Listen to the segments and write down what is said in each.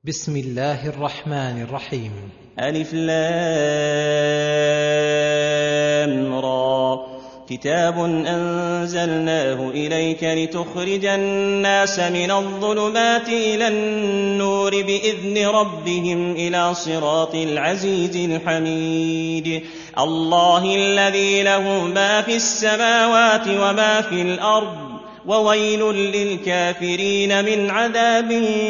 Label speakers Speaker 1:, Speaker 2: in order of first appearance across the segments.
Speaker 1: بسم الله الرحمن الرحيم.
Speaker 2: ألف لام را. كتاب أنزلناه إليك لتخرج الناس من الظلمات إلى النور بإذن ربهم إلى صراط العزيز الحميد. الله الذي له ما في السماوات وما في الأرض وويل للكافرين من عذاب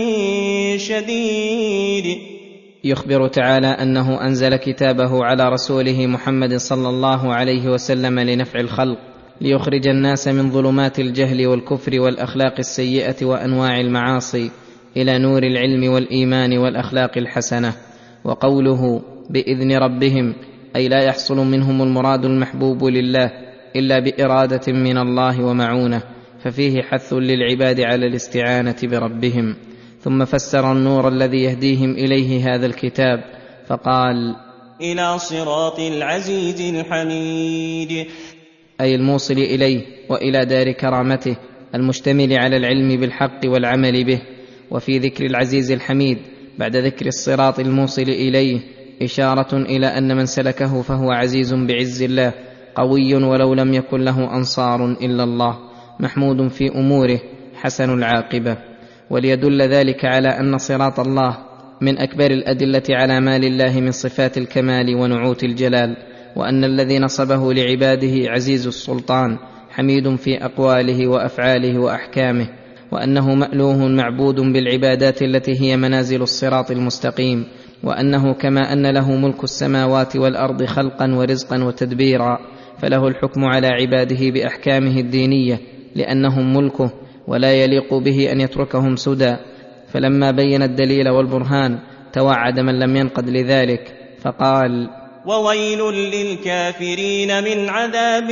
Speaker 2: شديد.
Speaker 3: يخبر تعالى أنه أنزل كتابه على رسوله محمد صلى الله عليه وسلم لنفع الخلق، ليخرج الناس من ظلمات الجهل والكفر والأخلاق السيئة وأنواع المعاصي إلى نور العلم والإيمان والأخلاق الحسنة. وقوله بإذن ربهم أي لا يحصل منهم المراد المحبوب لله إلا بإرادة من الله ومعونة، ففيه حث للعباد على الاستعانة بربهم. ثم فسر النور الذي يهديهم إليه هذا الكتاب فقال
Speaker 2: إلى صراط العزيز الحميد،
Speaker 3: أي الموصل إليه وإلى دار كرامته المشتمل على العلم بالحق والعمل به. وفي ذكر العزيز الحميد بعد ذكر الصراط الموصل إليه إشارة إلى أن من سلكه فهو عزيز بعز الله، قوي ولو لم يكن له أنصار إلا الله، محمود في أموره، حسن العاقبة. وليدل ذلك على أن صراط الله من أكبر الأدلة على ما لله من صفات الكمال ونعوت الجلال، وأن الذي نصبه لعباده عزيز السلطان حميد في أقواله وأفعاله وأحكامه، وأنه مألوه معبود بالعبادات التي هي منازل الصراط المستقيم، وأنه كما أن له ملك السماوات والأرض خلقا ورزقا وتدبيرا، فله الحكم على عباده بأحكامه الدينية لأنهم ملكه، ولا يليق به أن يتركهم سدى. فلما بين الدليل والبرهان توعد من لم ينقد لذلك فقال
Speaker 2: وويل للكافرين من عذاب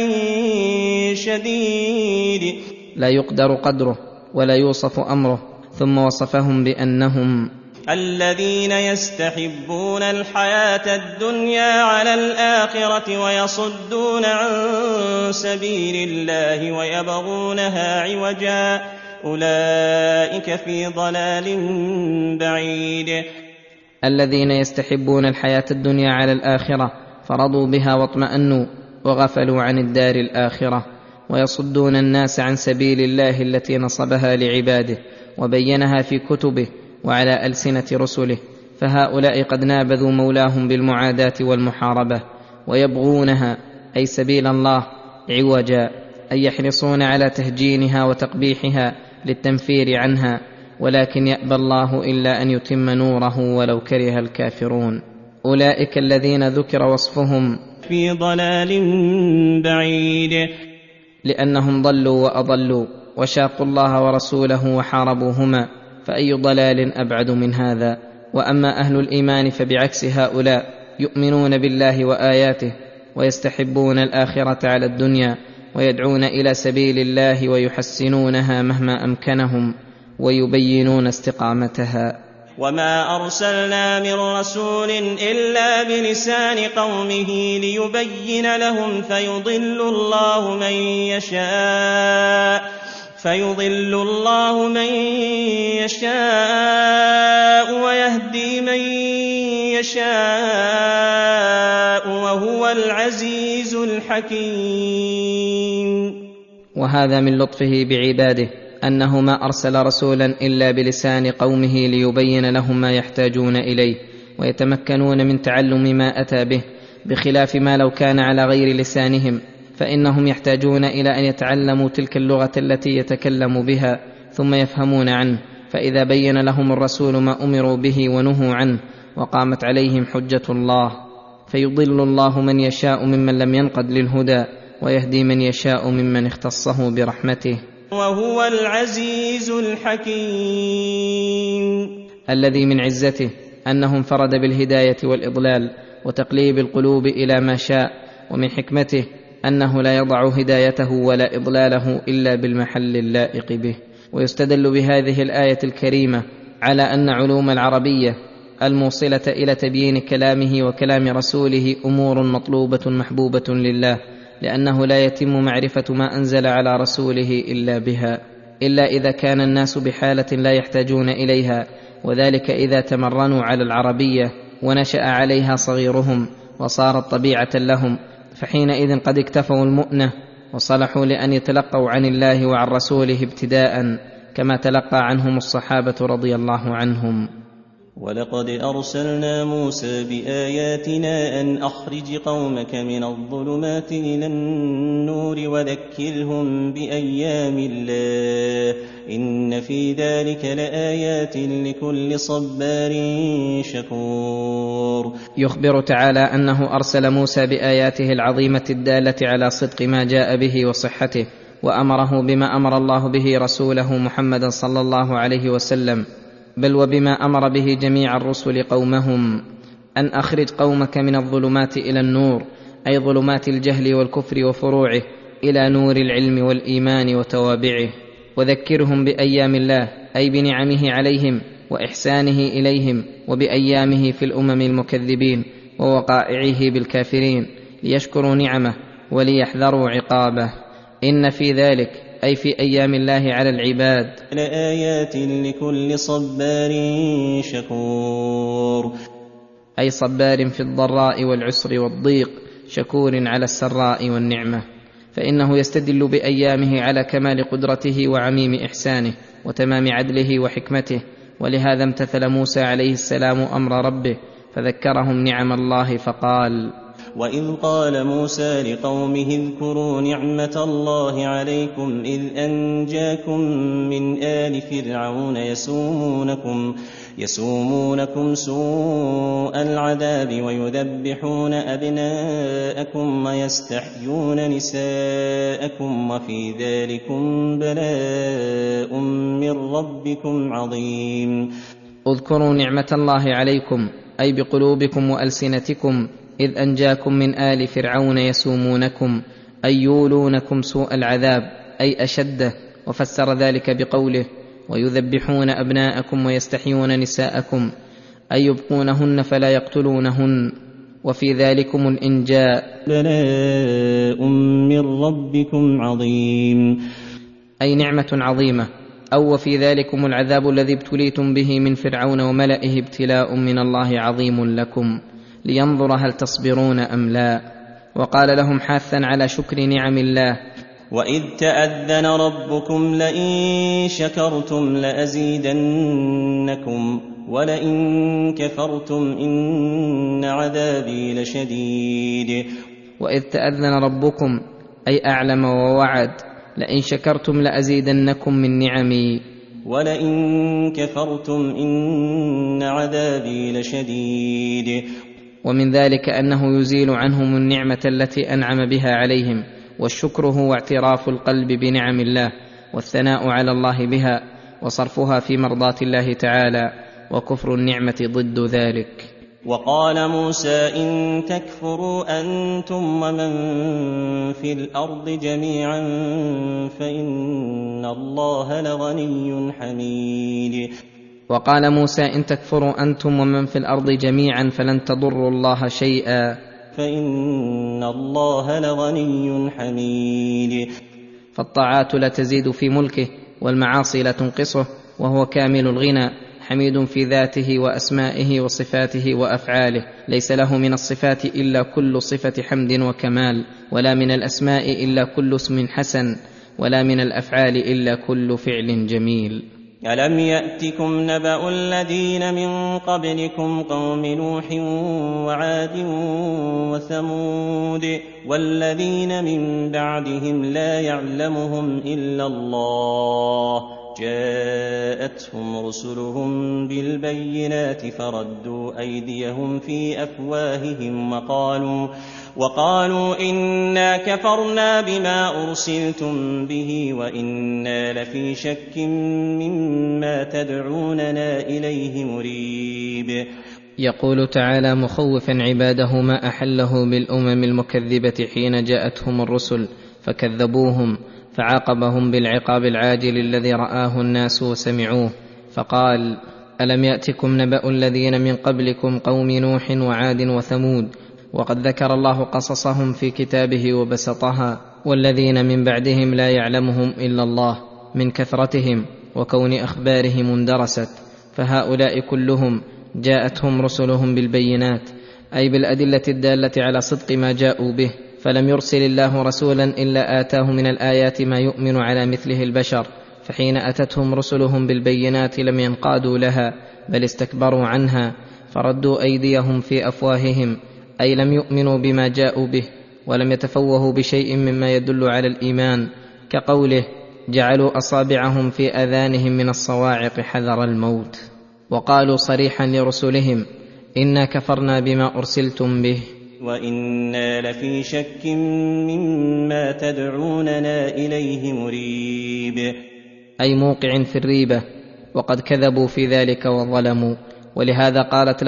Speaker 2: شديد.
Speaker 3: لا يقدر قدره ولا يوصف أمره. ثم وصفهم بأنهم
Speaker 2: الذين يستحبون الحياة الدنيا على الآخرة ويصدون عن سبيل الله ويبغونها عوجا، أولئك في ضلال بعيد.
Speaker 3: الذين يستحبون الحياة الدنيا على الآخرة فرضوا بها واطمأنوا وغفلوا عن الدار الآخرة، ويصدون الناس عن سبيل الله التي نصبها لعباده وبينها في كتبه وعلى ألسنة رسله، فهؤلاء قد نابذوا مولاهم بالمعاداة والمحاربة، ويبغونها أي سبيل الله عوجا، أي يحرصون على تهجينها وتقبيحها للتنفير عنها، ولكن يأبى الله إلا أن يتم نوره ولو كره الكافرون. أولئك الذين ذكر وصفهم
Speaker 2: في ضلال بعيد،
Speaker 3: لأنهم ضلوا وأضلوا وشاقوا الله ورسوله وحاربوهما، فأي ضلال أبعد من هذا. وأما أهل الإيمان فبعكس هؤلاء يؤمنون بالله وآياته ويستحبون الآخرة على الدنيا، ويدعون إلى سبيل الله ويحسنونها مهما أمكنهم ويبينون استقامتها.
Speaker 2: وما أرسلنا من رسول إلا بلسان قومه ليبين لهم فيضل الله من يشاء ويهدي من يشاء وهو العزيز الحكيم.
Speaker 3: وهذا من لطفه بعباده أنه ما أرسل رسولا إلا بلسان قومه ليبين لهم ما يحتاجون إليه ويتمكنون من تعلم ما أتى به، بخلاف ما لو كان على غير لسانهم، فإنهم يحتاجون إلى أن يتعلموا تلك اللغة التي يتكلم بها ثم يفهمون عنه، فإذا بين لهم الرسول ما أمروا به ونهوا عنه وقامت عليهم حجة الله، فيضل الله من يشاء ممن لم ينقد للهدى ويهدي من يشاء ممن اختصه برحمته،
Speaker 2: وهو العزيز الحكيم.
Speaker 3: الذي من عزته أنه انفرد بالهداية والإضلال وتقليب القلوب إلى ما شاء، ومن حكمته أنه لا يضع هدايته ولا إضلاله إلا بالمحل اللائق به. ويستدل بهذه الآية الكريمة على أن علوم العربية الموصلة إلى تبيين كلامه وكلام رسوله أمور مطلوبة محبوبة لله، لأنه لا يتم معرفة ما أنزل على رسوله إلا بها، إلا إذا كان الناس بحالة لا يحتاجون إليها وذلك إذا تمرنوا على العربية ونشأ عليها صغيرهم وصارت طبيعة لهم، فحينئذ قد اكتفوا المؤنة وصلحوا لأن يتلقوا عن الله وعن رسوله ابتداء كما تلقى عنهم الصحابة رضي الله عنهم.
Speaker 2: ولقد أرسلنا موسى بآياتنا أن أخرج قومك من الظلمات إلى النور وذكرهم بأيام الله إن في ذلك لآيات لكل صبار شكور.
Speaker 3: يخبر تعالى أنه أرسل موسى بآياته العظيمة الدالة على صدق ما جاء به وصحته، وأمره بما أمر الله به رسوله محمدا صلى الله عليه وسلم، بل وبما أمر به جميع الرسل قومهم، أن أخرج قومك من الظلمات إلى النور، أي ظلمات الجهل والكفر وفروعه، إلى نور العلم والإيمان وتوابعه، وذكرهم بأيام الله أي بنعمه عليهم وإحسانه إليهم، وبأيامه في الأمم المكذبين ووقائعه بالكافرين، ليشكروا نعمه وليحذروا عقابه. إن في ذلك أي في أيام الله على العباد
Speaker 2: لآيات لكل صبار شكور،
Speaker 3: أي صبار في الضراء والعسر والضيق، شكور على السراء والنعمة، فإنه يستدل بأيامه على كمال قدرته وعميم إحسانه وتمام عدله وحكمته. ولهذا امتثل موسى عليه السلام أمر ربه فذكرهم نعم الله فقال:
Speaker 2: وإذ قال موسى لقومه اذكروا نعمة الله عليكم إذ أنجاكم من آل فرعون يسومونكم سوء العذاب ويذبحون أبناءكم ويستحيون نساءكم وفي ذلكم بلاء من ربكم عظيم.
Speaker 3: اذكروا نعمة الله عليكم أي بقلوبكم وألسنتكم إذ أنجاكم من آل فرعون يسومونكم أي يولونكم سوء العذاب أي أشده، وفسر ذلك بقوله: ويذبحون أبناءكم ويستحيون نساءكم أي يبقونهن فلا يقتلونهن، وفي ذلكم الإنجاء
Speaker 2: بلاء من ربكم عظيم
Speaker 3: أي نعمة عظيمة، أو وفي ذلكم العذاب الذي ابتليتم به من فرعون وملئه ابتلاء من الله عظيم لكم لينظر هل تصبرون أم لا. وقال لهم حاثا على شكر نعم الله:
Speaker 2: وإذ تأذن ربكم لئن شكرتم لأزيدنكم ولئن كفرتم إن عذابي لشديد.
Speaker 3: وإذ تأذن ربكم أي أعلم ووعد: لئن شكرتم لأزيدنكم من نعمي
Speaker 2: ولئن كفرتم إن عذابي لشديد.
Speaker 3: ومن ذلك أنه يزيل عنهم النعمة التي أنعم بها عليهم، والشكر هو اعتراف القلب بنعم الله والثناء على الله بها وصرفها في مرضاة الله تعالى، وكفر النعمة ضد ذلك.
Speaker 2: وقال موسى إن تكفروا أنتم ومن في الأرض جميعا فإن الله لغني حميد.
Speaker 3: وقال موسى إن تكفروا أنتم ومن في الأرض جميعا فلن تضروا الله شيئا
Speaker 2: فإن الله لغني حميد.
Speaker 3: فالطاعات لا تزيد في ملكه والمعاصي لا تنقصه، وهو كامل الغنى حميد في ذاته وأسمائه وصفاته وأفعاله، ليس له من الصفات إلا كل صفة حمد وكمال، ولا من الأسماء إلا كل اسم حسن، ولا من الأفعال إلا كل فعل جميل.
Speaker 2: ألم يأتكم نبأ الذين من قبلكم قوم نوح وعاد وثمود والذين من بعدهم لا يعلمهم إلا الله جاءتهم رسلهم بالبينات فردوا أيديهم في أفواههم وقالوا إنا كفرنا بما أرسلتم به وإنا لفي شك مما تدعوننا إليه مريب.
Speaker 3: يقول تعالى مخوفا عباده ما أحله بالأمم المكذبة حين جاءتهم الرسل فكذبوهم، فعاقبهم بالعقاب العاجل الذي رآه الناس وسمعوه، فقال: ألم يأتكم نبأ الذين من قبلكم قوم نوح وعاد وثمود، وقد ذكر الله قصصهم في كتابه وبسطها، والذين من بعدهم لا يعلمهم إلا الله من كثرتهم وكون أخبارهم اندرست، فهؤلاء كلهم جاءتهم رسلهم بالبينات، أي بالأدلة الدالة على صدق ما جاءوا به، فلم يرسل الله رسولا إلا آتاه من الآيات ما يؤمن على مثله البشر، فحين أتتهم رسلهم بالبينات لم ينقادوا لها بل استكبروا عنها، فردوا أيديهم في أفواههم، أي لم يؤمنوا بما جاءوا به، ولم يتفوهوا بشيء مما يدل على الإيمان، كقوله: جعلوا أصابعهم في آذانهم من الصواعق حذر الموت. وقالوا صريحا لرسلهم: إنا كفرنا بما أرسلتم به،
Speaker 2: وإنا لفي شك مما تدعوننا إليه مريب،
Speaker 3: أي موقع في الريبة، وقد كذبوا في ذلك وظلموا. ولهذا قالت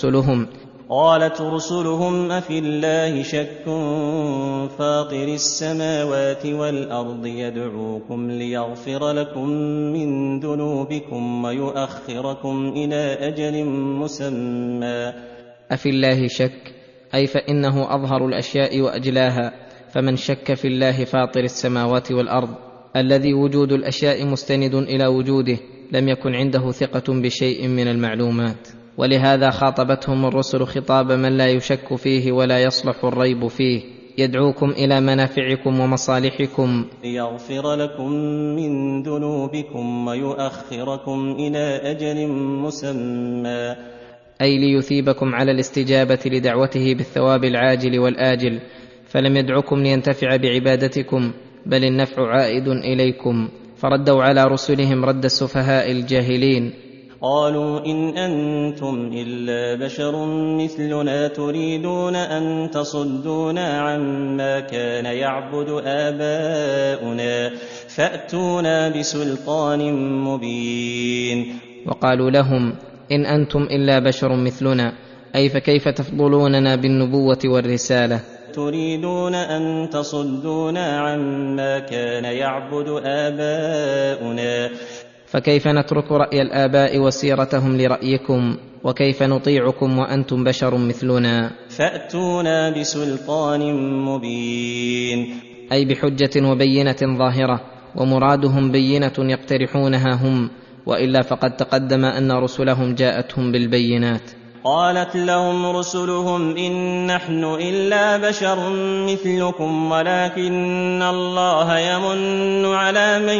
Speaker 3: رسلهم: أفي الله شك فاطر السماوات والأرض يدعوكم ليغفر لكم من ذنوبكم ويؤخركم إلى أجل مسمى. أفي الله شك، أي فإنه أظهر الأشياء وأجلاها، فمن شك في الله فاطر السماوات والأرض الذي وجود الأشياء مستند إلى وجوده لم يكن عنده ثقة بشيء من المعلومات. ولهذا خاطبتهم الرسل خطاب من لا يشك فيه ولا يصلح الريب فيه: يدعوكم إلى منافعكم ومصالحكم
Speaker 2: ليغفر لكم من ذنوبكم ويؤخركم إلى أجل مسمى،
Speaker 3: أي ليثيبكم على الاستجابة لدعوته بالثواب العاجل والآجل، فلم يدعكم لينتفع بعبادتكم بل النفع عائد إليكم. فردوا على رسلهم رد السفهاء الجاهلين:
Speaker 2: قالوا إن أنتم إلا بشر مثلنا تريدون أن تصدونا عما كان يعبد آباؤنا فأتونا بسلطان مبين.
Speaker 3: وقالوا لهم: إن أنتم إلا بشر مثلنا، أي فكيف تفضلوننا بالنبوة والرسالة؟
Speaker 2: تريدون أن تصدونا عما كان يعبد آباؤنا،
Speaker 3: فكيف نترك رأي الآباء وسيرتهم لرأيكم؟ وكيف نطيعكم وأنتم بشر مثلنا؟
Speaker 2: فأتونا بسلطان مبين،
Speaker 3: أي بحجة وبينة ظاهرة، ومرادهم بينة يقترحونها هم، وإلا فقد تقدم أن رسلهم جاءتهم بالبينات.
Speaker 2: قالت لهم رسلهم: إن نحن إلا بشر مثلكم ولكن الله يمن على من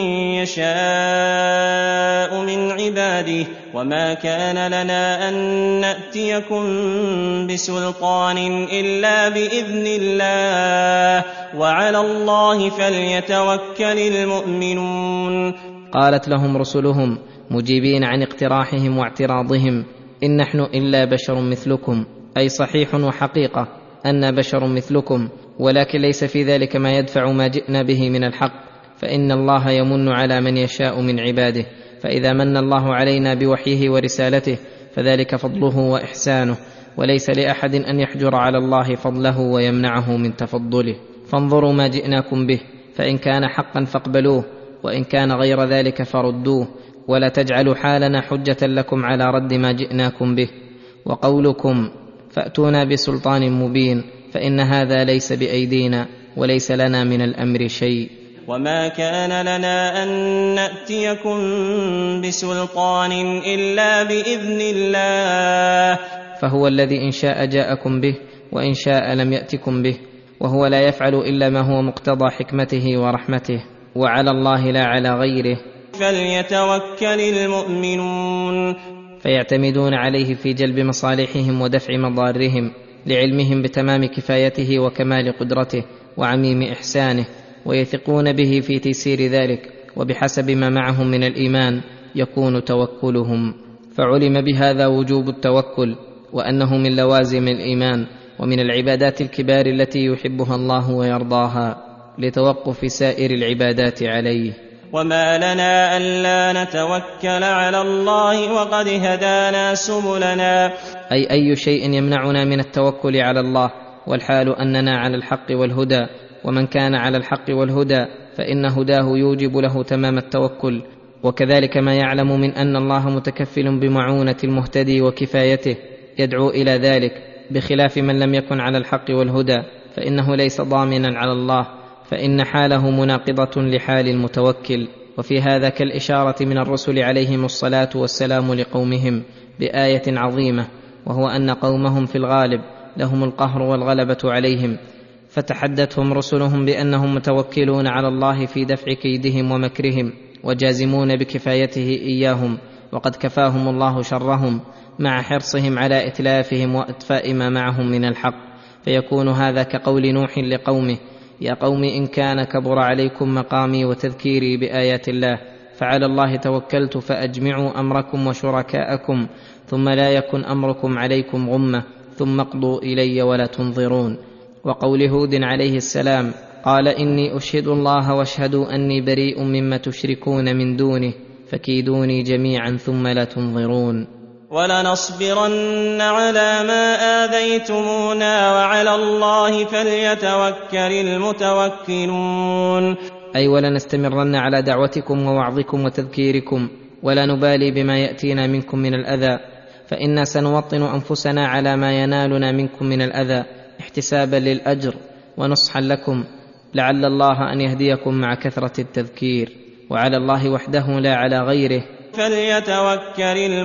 Speaker 2: يشاء من عباده وما كان لنا أن نأتيكم بسلطان إلا بإذن الله وعلى الله فليتوكل المؤمنون.
Speaker 3: قالت لهم رسلهم مجيبين عن اقتراحهم واعتراضهم: إن نحن إلا بشر مثلكم، أي صحيح وحقيقة أن بشر مثلكم، ولكن ليس في ذلك ما يدفع ما جئنا به من الحق، فإن الله يمن على من يشاء من عباده، فإذا من الله علينا بوحيه ورسالته فذلك فضله وإحسانه، وليس لأحد أن يحجر على الله فضله ويمنعه من تفضله. فانظروا ما جئناكم به، فإن كان حقا فاقبلوه، وإن كان غير ذلك فردوه، ولا تجعلوا حالنا حجة لكم على رد ما جئناكم به. وقولكم فأتونا بسلطان مبين، فإن هذا ليس بأيدينا وليس لنا من الأمر شيء.
Speaker 2: وما كان لنا أن نأتيكم بسلطان إلا بإذن الله،
Speaker 3: فهو الذي إن شاء جاءكم به وإن شاء لم يأتكم به، وهو لا يفعل إلا ما هو مقتضى حكمته ورحمته، وعلى الله لا على غيره
Speaker 2: فليتوكل المؤمنون.
Speaker 3: فيعتمدون عليه في جلب مصالحهم ودفع مضارهم، لعلمهم بتمام كفايته وكمال قدرته وعميم إحسانه، ويثقون به في تيسير ذلك، وبحسب ما معهم من الإيمان يكون توكلهم. فعلم بهذا وجوب التوكل، وأنه من لوازم الإيمان ومن العبادات الكبار التي يحبها الله ويرضاها، لتوقف سائر العبادات عليه.
Speaker 2: وما لنا ألا نتوكل على الله وقد هدانا سبلنا،
Speaker 3: أي شيء يمنعنا من التوكل على الله، والحال أننا على الحق والهدى، ومن كان على الحق والهدى فإن هداه يوجب له تمام التوكل. وكذلك ما يعلم من أن الله متكفل بمعونة المهتدي وكفايته يدعو إلى ذلك، بخلاف من لم يكن على الحق والهدى فإنه ليس ضامنا على الله، فإن حاله مناقضة لحال المتوكل، وفي هذا كالإشارة من الرسل عليهم الصلاة والسلام لقومهم بآية عظيمة، وهو أن قومهم في الغالب لهم القهر والغلبة عليهم، فتحدثهم رسلهم بأنهم متوكلون على الله في دفع كيدهم ومكرهم، وجازمون بكفايته إياهم، وقد كفاهم الله شرهم مع حرصهم على إتلافهم وإطفاء ما معهم من الحق. فيكون هذا كقول نوح لقومه: يا قوم إن كان كبر عليكم مقامي وتذكيري بآيات الله فعلى الله توكلت فأجمعوا أمركم وشركاءكم ثم لا يكن أمركم عليكم غمة ثم اقضوا إلي ولا تنظرون. وقول هود عليه السلام: قال إني أشهد الله واشهدوا أني بريء مما تشركون من دونه فكيدوني جميعا ثم لا تنظرون.
Speaker 2: ولنصبرن على ما آذيتمونا وعلى الله فليتوكل المتوكلون.
Speaker 3: أي ولنستمرن على دعوتكم ووعظكم وتذكيركم، ولا نبالي بما يأتينا منكم من الأذى، فإنا سنوطن أنفسنا على ما ينالنا منكم من الأذى احتسابا للأجر ونصحا لكم، لعل الله أن يهديكم مع كثرة التذكير، وعلى الله وحده لا على غيره
Speaker 2: فليتوكل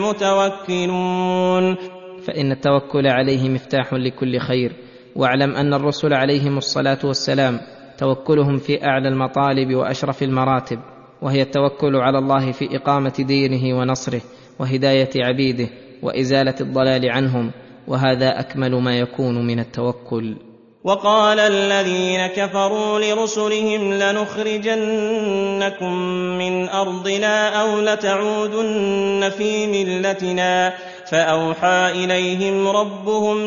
Speaker 2: المتوكلون.
Speaker 3: فإن التوكل عليه مفتاح لكل خير. واعلم أن الرسل عليهم الصلاة والسلام توكلهم في أعلى المطالب وأشرف المراتب، وهي التوكل على الله في إقامة دينه ونصره وهداية عبيده وإزالة الضلال عنهم، وهذا أكمل ما يكون من التوكل.
Speaker 2: وقال الذين كفروا لرسلهم لنخرجنكم من أرضنا أو لتعودن في ملتنا فأوحى إليهم ربهم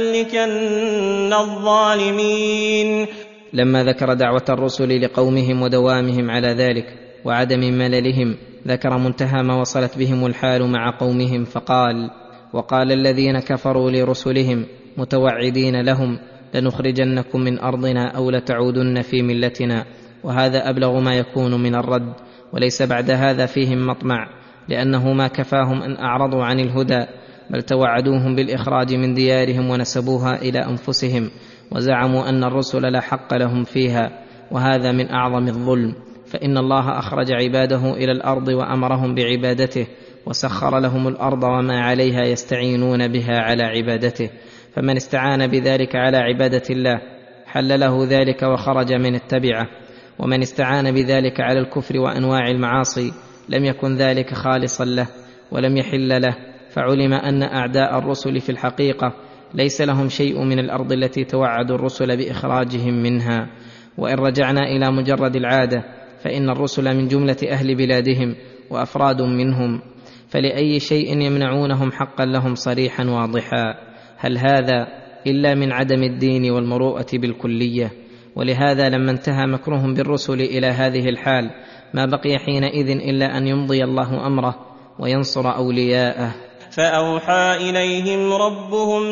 Speaker 2: لنهلكن الظالمين.
Speaker 3: لما ذكر دعوة الرسل لقومهم ودوامهم على ذلك وعدم مللهم، ذكر منتهى ما وصلت بهم الحال مع قومهم فقال: وقال الذين كفروا لرسلهم متوعدين لهم لنخرجنكم من أرضنا أو لتعودن في ملتنا. وهذا أبلغ ما يكون من الرد، وليس بعد هذا فيهم مطمع، لأنه ما كفاهم أن أعرضوا عن الهدى، بل توعدوهم بالإخراج من ديارهم ونسبوها إلى أنفسهم، وزعموا أن الرسل لا حق لهم فيها، وهذا من أعظم الظلم. فإن الله أخرج عباده إلى الأرض وأمرهم بعبادته، وسخر لهم الأرض وما عليها يستعينون بها على عبادته، فمن استعان بذلك على عبادة الله حل له ذلك وخرج من التبعة، ومن استعان بذلك على الكفر وأنواع المعاصي لم يكن ذلك خالصا له ولم يحل له. فعلم أن أعداء الرسل في الحقيقة ليس لهم شيء من الأرض التي توعدوا الرسل بإخراجهم منها. وإن رجعنا إلى مجرد العادة فإن الرسل من جملة أهل بلادهم وأفراد منهم، فلأي شيء يمنعونهم حقا لهم صريحا واضحا؟ هل هذا إلا من عدم الدين والمروءة بالكلية؟ ولهذا لما انتهى مكرهم بالرسل إلى هذه الحال ما بقي حينئذ إلا أن يمضي الله أمره وينصر أولياءه.
Speaker 2: فأوحى إليهم ربهم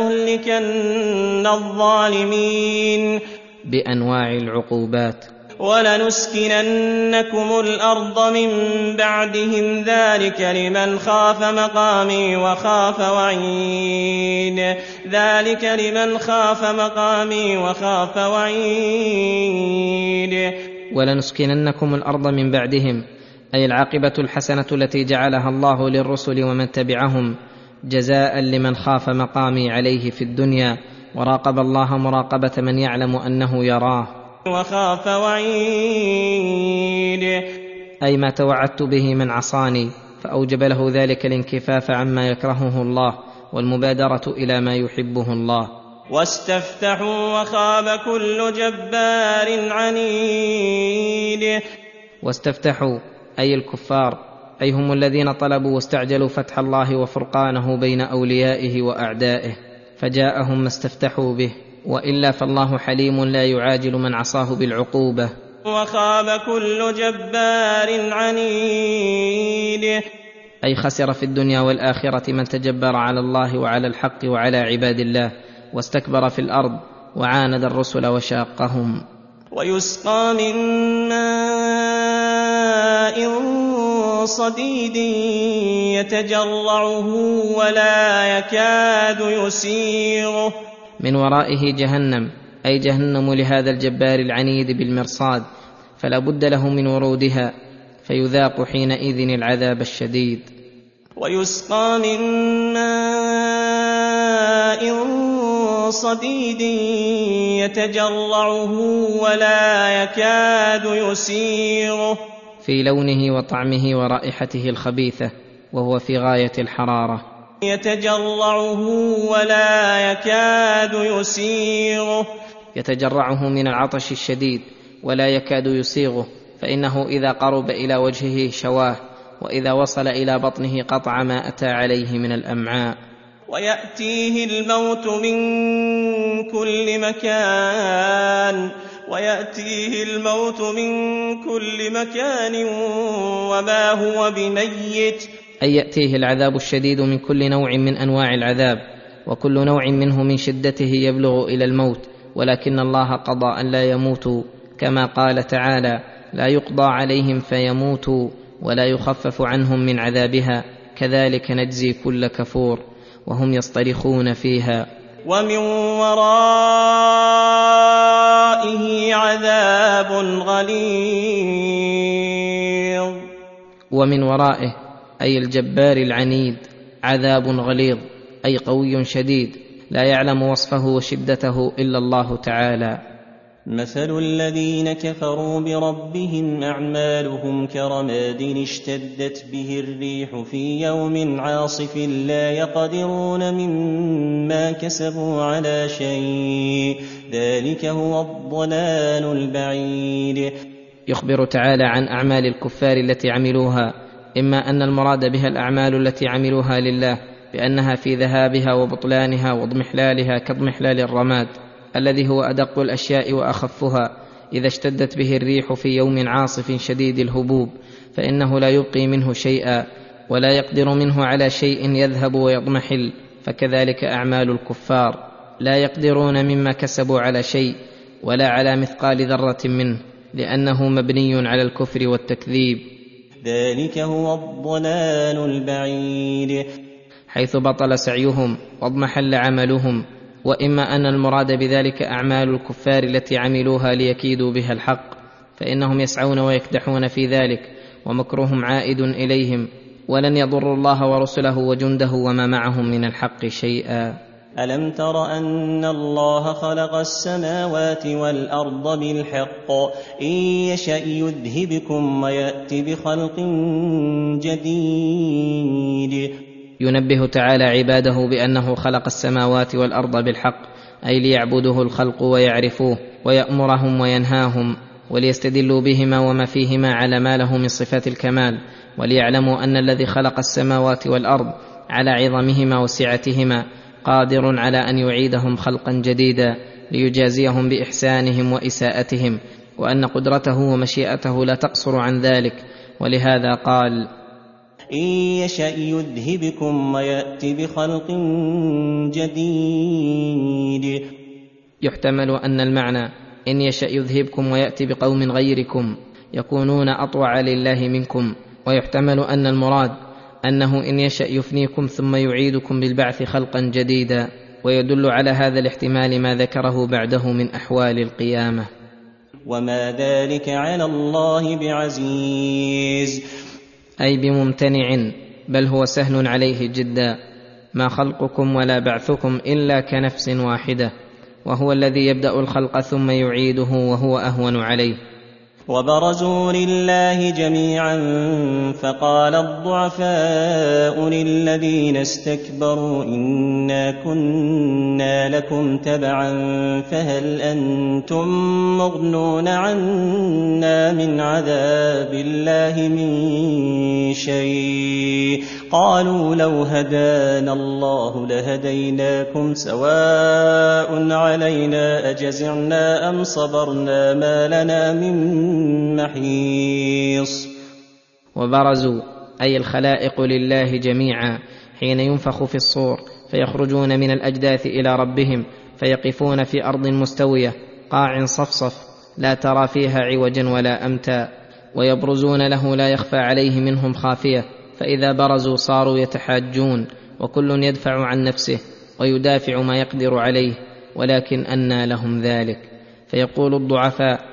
Speaker 2: لنهلكن الظالمين
Speaker 3: بأنواع العقوبات،
Speaker 2: ولنسكننكم الأرض من بعدهم ذلك لمن خاف مقامي وخاف وعيد. ذلك لمن خاف مقامي وخاف وعيد.
Speaker 3: ولنسكننكم الأرض من بعدهم، أي العاقبة الحسنة التي جعلها الله للرسل ومن تبعهم جزاء لمن خاف مقامي عليه في الدنيا وراقب الله مراقبة من يعلم أنه يراه،
Speaker 2: وخاف وعيد،
Speaker 3: أي ما توعدت به من عصاني، فأوجب له ذلك الانكفاف عما يكرهه الله والمبادرة إلى ما يحبه الله.
Speaker 2: واستفتحوا وخاب كل جبار عنيد.
Speaker 3: واستفتحوا أي الكفار، أي هم الذين طلبوا واستعجلوا فتح الله وفرقانه بين أوليائه وأعدائه، فجاءهم ما استفتحوا به، وإلا فالله حليم لا يعاجل من عصاه بالعقوبة.
Speaker 2: وخاب كل جبار عنيد،
Speaker 3: أي خسر في الدنيا والآخرة من تجبر على الله وعلى الحق وعلى عباد الله واستكبر في الأرض وعاند الرسل وشاقهم.
Speaker 2: ويسقى من ماء صديد يتجرعه ولا يكاد يسيغه.
Speaker 3: من ورائه جهنم، أي جهنم لهذا الجبار العنيد بالمرصاد، فلا بد له من ورودها، فيذاق حينئذ العذاب الشديد.
Speaker 2: ويسقى من ماء صديد يتجرعه ولا يكاد يسيغه،
Speaker 3: في لونه وطعمه ورائحته الخبيثة، وهو في غاية الحرارة.
Speaker 2: يتجرعه ولا يكاد يسيغه،
Speaker 3: يتجرعه من العطش الشديد ولا يكاد يسيغه، فإنه إذا قرب إلى وجهه شواه، وإذا وصل إلى بطنه قطع ما أتى عليه من الأمعاء.
Speaker 2: ويأتيه الموت من كل مكان وما هو بميت،
Speaker 3: أي يأتيه العذاب الشديد من كل نوع من أنواع العذاب، وكل نوع منه من شدته يبلغ إلى الموت، ولكن الله قضى أن لا يموتوا، كما قال تعالى: لا يقضى عليهم فيموتوا ولا يخفف عنهم من عذابها كذلك نجزي كل كفور، وهم يصطرخون فيها.
Speaker 2: ومن ورائه عذاب غليظ.
Speaker 3: ومن ورائه أي الجبار العنيد عذاب غليظ، أي قوي شديد لا يعلم وصفه وشدته إلا الله تعالى.
Speaker 2: مثل الذين كفروا بربهم أعمالهم كرماد اشتدت به الريح في يوم عاصف لا يقدرون مما كسبوا على شيء، ذلك هو الضلال البعيد.
Speaker 3: يخبر تعالى عن أعمال الكفار التي عملوها، إما أن المراد بها الأعمال التي عملوها لله بأنها في ذهابها وبطلانها واضمحلالها كاضمحلال الرماد الذي هو أدق الأشياء وأخفها، إذا اشتدت به الريح في يوم عاصف شديد الهبوب فإنه لا يبقي منه شيئا ولا يقدر منه على شيء يذهب ويضمحل، فكذلك أعمال الكفار لا يقدرون مما كسبوا على شيء ولا على مثقال ذرة منه، لأنه مبني على الكفر والتكذيب.
Speaker 2: ذلك هو الضلال البعيد،
Speaker 3: حيث بطل سعيهم واضمحل عملهم. وإما أن المراد بذلك أعمال الكفار التي عملوها ليكيدوا بها الحق، فإنهم يسعون ويكدحون في ذلك، ومكرهم عائد إليهم، ولن يضروا الله ورسله وجنده وما معهم من الحق شيئا.
Speaker 2: ألم تر أن الله خلق السماوات والأرض بالحق إن يشأ يذهبكم ويأتي بخلق جديد.
Speaker 3: ينبه تعالى عباده بأنه خلق السماوات والأرض بالحق، أي ليعبده الخلق ويعرفوه، ويأمرهم وينهاهم، وليستدلوا بهما وما فيهما على ما له من صفات الكمال، وليعلموا أن الذي خلق السماوات والأرض على عظمهما وسعتهما قادر على أن يعيدهم خلقا جديدا ليجازيهم بإحسانهم وإساءتهم، وأن قدرته ومشيئته لا تقصر عن ذلك. ولهذا قال:
Speaker 2: إن يشأ يذهبكم ويأتي بخلق جديد.
Speaker 3: يحتمل أن المعنى إن يشأ يذهبكم ويأتي بقوم غيركم يكونون أطوع لله منكم، ويحتمل أن المراد أنه إن يشأ يفنيكم ثم يعيدكم بالبعث خلقا جديدا، ويدل على هذا الاحتمال ما ذكره بعده من أحوال القيامة.
Speaker 2: وما ذلك على الله بعزيز،
Speaker 3: أي بممتنع، بل هو سهل عليه جدا. ما خلقكم ولا بعثكم إلا كنفس واحدة، وهو الذي يبدأ الخلق ثم يعيده وهو أهون عليه.
Speaker 2: وبرزوا لله جميعا فقال الضعفاء للذين استكبروا إنا كنا لكم تبعا فهل أنتم مغنون عنا من عذاب الله من شيء؟ قالوا لو هدانا الله لهديناكم سواء علينا أجزعنا أم صبرنا ما لنا من محيص.
Speaker 3: وبرزوا أي الخلائق لله جميعا حين ينفخ في الصور فيخرجون من الأجداث إلى ربهم، فيقفون في أرض مستوية قاع صفصف لا ترى فيها عوجا ولا أمتا، ويبرزون له لا يخفى عليه منهم خافية، فإذا برزوا صاروا يتحاجون، وكل يدفع عن نفسه ويدافع ما يقدر عليه، ولكن أنى لهم ذلك. فيقول الضعفاء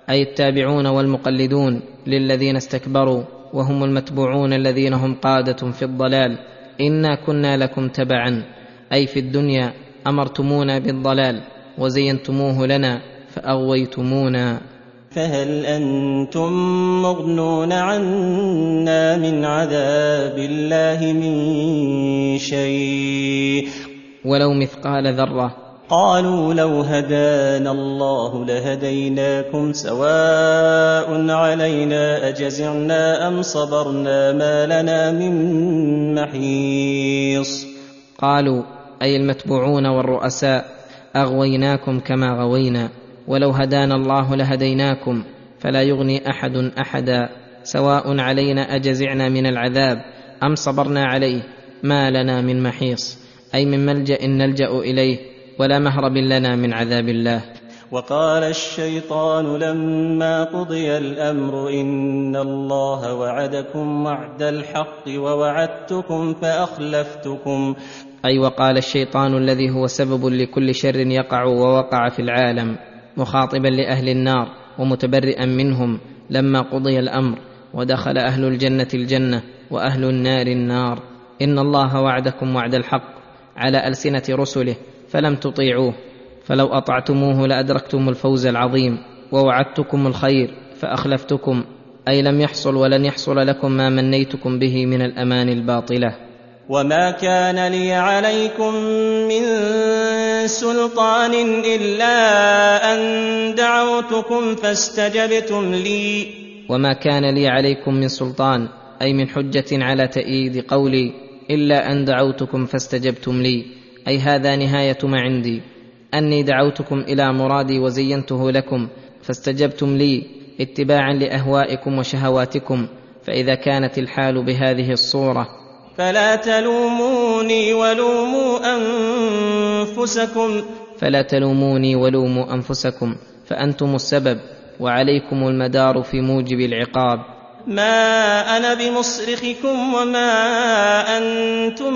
Speaker 3: أي التابعون والمقلدون للذين استكبروا، وهم المتبوعون الذين هم قادة في الضلال. إنا كنا لكم تبعا، أي في الدنيا أمرتمونا بالضلال وزينتموه لنا فأغويتمونا.
Speaker 2: فهل أنتم مغنون عنا من عذاب الله من شيء؟
Speaker 3: ولو مثقال ذرة.
Speaker 2: قالوا لو هدانا الله لهديناكم سواء علينا أجزعنا أم صبرنا ما لنا من محيص.
Speaker 3: قالوا أي المتبوعون والرؤساء أغويناكم كما غوينا، ولو هدانا الله لهديناكم، فلا يغني أحد أحدا، سواء علينا أجزعنا من العذاب أم صبرنا عليه ما لنا من محيص، أي من ملجأ نلجأ إليه ولا مهرب لنا من عذاب الله.
Speaker 2: وقال الشيطان لما قضي الأمر إن الله وعدكم وعد الحق ووعدتكم فأخلفتكم.
Speaker 3: أي وقال الشيطان الذي هو سبب لكل شر يقع ووقع في العالم، مخاطبا لأهل النار ومتبرئا منهم لما قضي الأمر ودخل أهل الجنة الجنة وأهل النار النار: إن الله وعدكم وعد الحق على ألسنة رسله فلم تطيعوه، فلو أطعتموه لأدركتم الفوز العظيم، ووعدتكم الخير فأخلفتكم، أي لم يحصل ولن يحصل لكم ما منيتكم به من الأمان الباطلة.
Speaker 2: وما كان لي عليكم من سلطان إلا أن دعوتكم فاستجبتم لي.
Speaker 3: وما كان لي عليكم من سلطان، أي من حجة على تأييد قولي، إلا أن دعوتكم فاستجبتم لي، أي هذا نهاية ما عندي، أني دعوتكم إلى مرادي وزينته لكم فاستجبتم لي اتباعا لأهوائكم وشهواتكم. فإذا كانت الحال بهذه الصورة
Speaker 2: فلا تلوموني ولوموا أنفسكم، فأنتم السبب وعليكم المدار في موجب العقاب. ما أنا بمصرخكم وما أنتم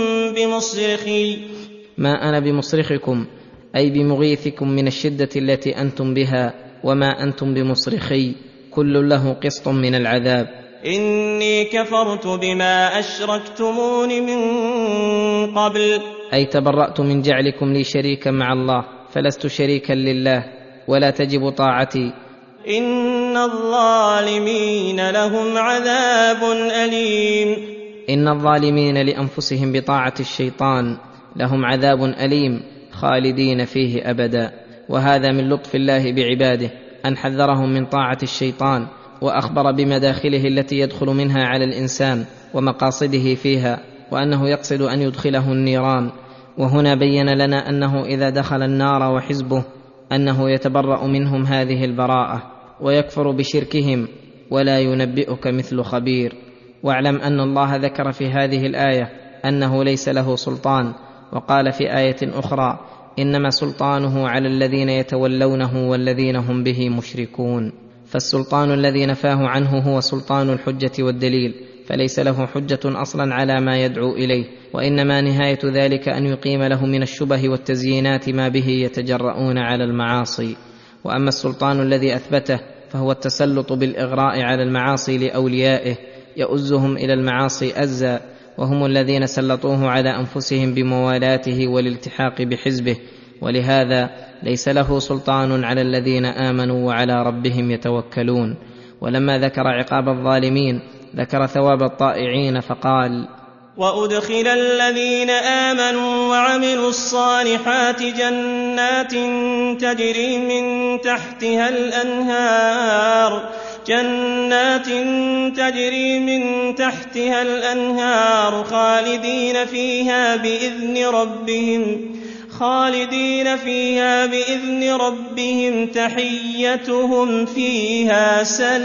Speaker 2: بمصرخي.
Speaker 3: ما أنا بمصرخكم، أي بمغيثكم من الشدة التي أنتم بها، وما أنتم بمصرخي، كل له قسط من العذاب.
Speaker 2: إني كفرت بما أشركتمون من قبل،
Speaker 3: أي تبرأت من جعلكم لي شريكا مع الله، فلست شريكا لله ولا تجب طاعتي.
Speaker 2: إن الظالمين لهم عذاب أليم.
Speaker 3: إن الظالمين لأنفسهم بطاعة الشيطان لهم عذاب أليم خالدين فيه أبدا. وهذا من لطف الله بعباده أن حذرهم من طاعة الشيطان، وأخبر بمداخله التي يدخل منها على الإنسان ومقاصده فيها، وأنه يقصد أن يدخله النيران. وهنا بين لنا أنه إذا دخل النار وحزبه أنه يتبرأ منهم هذه البراءة ويكفر بشركهم، ولا ينبئك مثل خبير. واعلم أن الله ذكر في هذه الآية أنه ليس له سلطان، وقال في آية أخرى: إنما سلطانه على الذين يتولونه والذين هم به مشركون. فالسلطان الذي نفاه عنه هو سلطان الحجة والدليل، فليس له حجة أصلا على ما يدعو إليه، وإنما نهاية ذلك أن يقيم له من الشبه والتزيينات ما به يتجرؤون على المعاصي. وأما السلطان الذي أثبته فهو التسلط بالإغراء على المعاصي لأوليائه، يؤزهم إلى المعاصي أزا، وهم الذين سلطوه على أنفسهم بموالاته والالتحاق بحزبه. ولهذا ليس له سلطان على الذين آمنوا وعلى ربهم يتوكلون. ولما ذكر عقاب الظالمين ذكر ثواب الطائعين فقال:
Speaker 2: وأدخل الذين آمنوا وعملوا الصالحات جنات تجري من تحتها الأنهار خالدين فيها بإذن ربهم تحيتهم فيها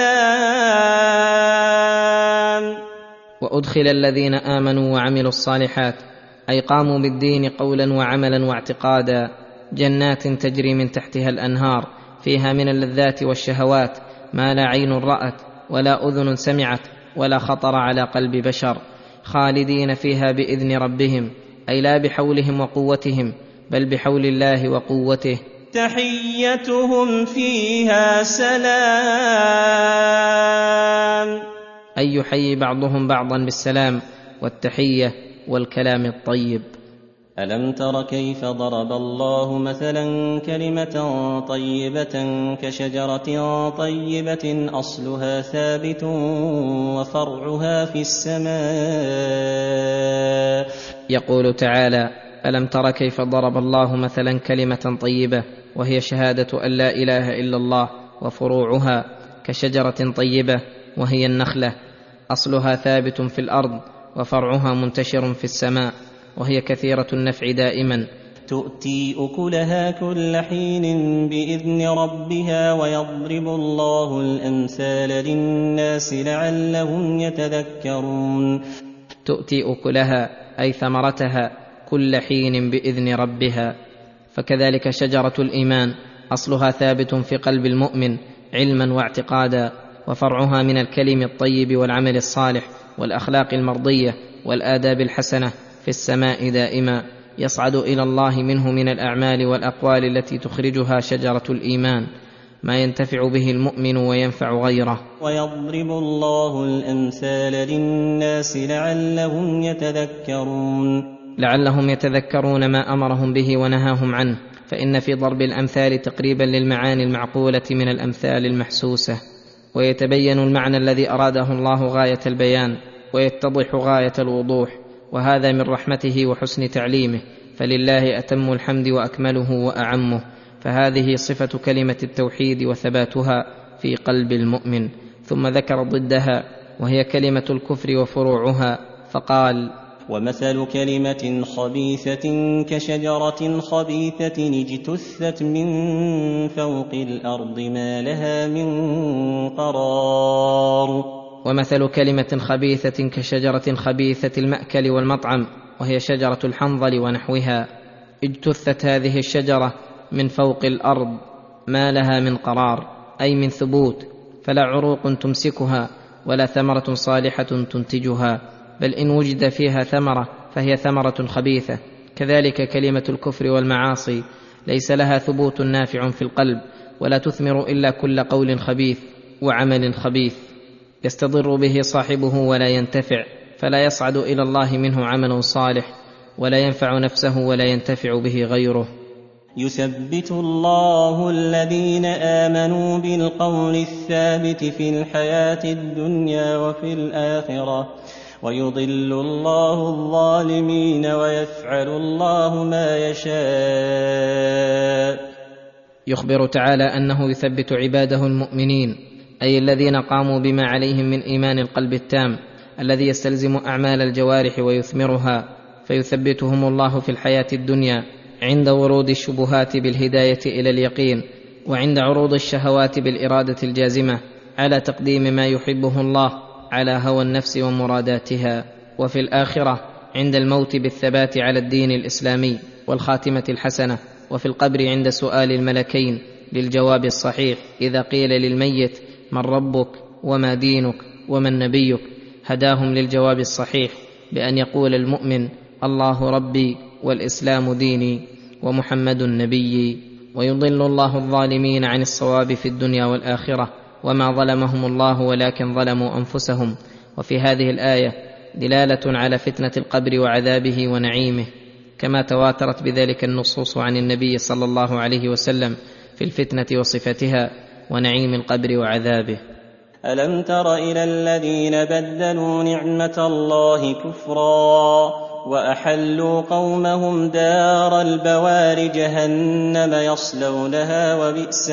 Speaker 2: سلام.
Speaker 3: وأدخل الذين آمنوا وعملوا الصالحات، أي قاموا بالدين قولا وعملا واعتقادا، جنات تجري من تحتها الأنهار، فيها من اللذات والشهوات ما لا عين رأت ولا أذن سمعت ولا خطر على قلب بشر، خالدين فيها بإذن ربهم، أي لا بحولهم وقوتهم بل بحول الله وقوته،
Speaker 2: تحيتهم فيها سلام.
Speaker 3: أي يحيي بعضهم بعضا بالسلام والتحية والكلام الطيب.
Speaker 2: ألم تر كيف ضرب الله مثلا كلمة طيبة كشجرة طيبة أصلها ثابت وفرعها في السماء.
Speaker 3: يقول تعالى: ألم تر كيف ضرب الله مثلا كلمة طيبة وهي شهادة أن لا إله إلا الله، وفروعها كشجرة طيبة وهي النخلة، أصلها ثابت في الأرض وفرعها منتشر في السماء، وهي كثيرة النفع دائما،
Speaker 2: تؤتي أكلها كل حين بإذن ربها، ويضرب الله الأمثال للناس لعلهم يتذكرون.
Speaker 3: تؤتي أكلها أي ثمرتها كل حين بإذن ربها. فكذلك شجرة الإيمان أصلها ثابت في قلب المؤمن علما واعتقادا، وفرعها من الكلم الطيب والعمل الصالح والأخلاق المرضية والآداب الحسنة في السماء دائما، يصعد إلى الله منه من الأعمال والأقوال التي تخرجها شجرة الإيمان ما ينتفع به المؤمن وينفع غيره.
Speaker 2: ويضرب الله الأمثال للناس لعلهم
Speaker 3: يتذكرون ما أمرهم به ونهاهم عنه، فإن في ضرب الأمثال تقريبا للمعاني المعقولة من الأمثال المحسوسة، ويتبين المعنى الذي أراده الله غاية البيان، ويتضح غاية الوضوح، وهذا من رحمته وحسن تعليمه، فلله أتم الحمد وأكمله وأعمه. فهذه صفة كلمة التوحيد وثباتها في قلب المؤمن. ثم ذكر ضدها وهي كلمة الكفر وفروعها فقال:
Speaker 2: ومثل كلمة خبيثة كشجرة خبيثة اجتثت من فوق الأرض ما لها من قرار.
Speaker 3: ومثل كلمة خبيثة كشجرة خبيثة المأكل والمطعم، وهي شجرة الحنظل ونحوها، اجتثت هذه الشجرة من فوق الأرض ما لها من قرار، أي من ثبوت، فلا عروق تمسكها ولا ثمرة صالحة تنتجها، بل إن وجد فيها ثمرة فهي ثمرة خبيثة. كذلك كلمة الكفر والمعاصي ليس لها ثبوت نافع في القلب، ولا تثمر إلا كل قول خبيث وعمل خبيث يستضر به صاحبه ولا ينتفع، فلا يصعد إلى الله منه عمل صالح، ولا ينفع نفسه ولا ينتفع به غيره.
Speaker 2: يثبت الله الذين آمنوا بالقول الثابت في الحياة الدنيا وفي الآخرة، ويضل الله الظالمين ويفعل الله ما يشاء.
Speaker 3: يخبر تعالى أنه يثبت عباده المؤمنين، أي الذين قاموا بما عليهم من إيمان القلب التام الذي يستلزم أعمال الجوارح ويثمرها، فيثبتهم الله في الحياة الدنيا عند ورود الشبهات بالهداية إلى اليقين، وعند عروض الشهوات بالإرادة الجازمة على تقديم ما يحبه الله على هوى النفس ومراداتها، وفي الآخرة عند الموت بالثبات على الدين الإسلامي والخاتمة الحسنة، وفي القبر عند سؤال الملكين للجواب الصحيح إذا قيل للميت: من ربك وما دينك ومن نبيك؟ هداهم للجواب الصحيح بأن يقول المؤمن: الله ربي والإسلام ديني ومحمد نبيي. ويضل الله الظالمين عن الصواب في الدنيا والآخرة، وما ظلمهم الله ولكن ظلموا أنفسهم. وفي هذه الآية دلالة على فتنة القبر وعذابه ونعيمه، كما تواترت بذلك النصوص عن النبي صلى الله عليه وسلم في الفتنة وصفتها ونعيم القبر وعذابه.
Speaker 2: ألم تر إلى الذين بدلوا نعمة الله كفرا وأحلوا قومهم دار البوار جهنم يصلونها وبئس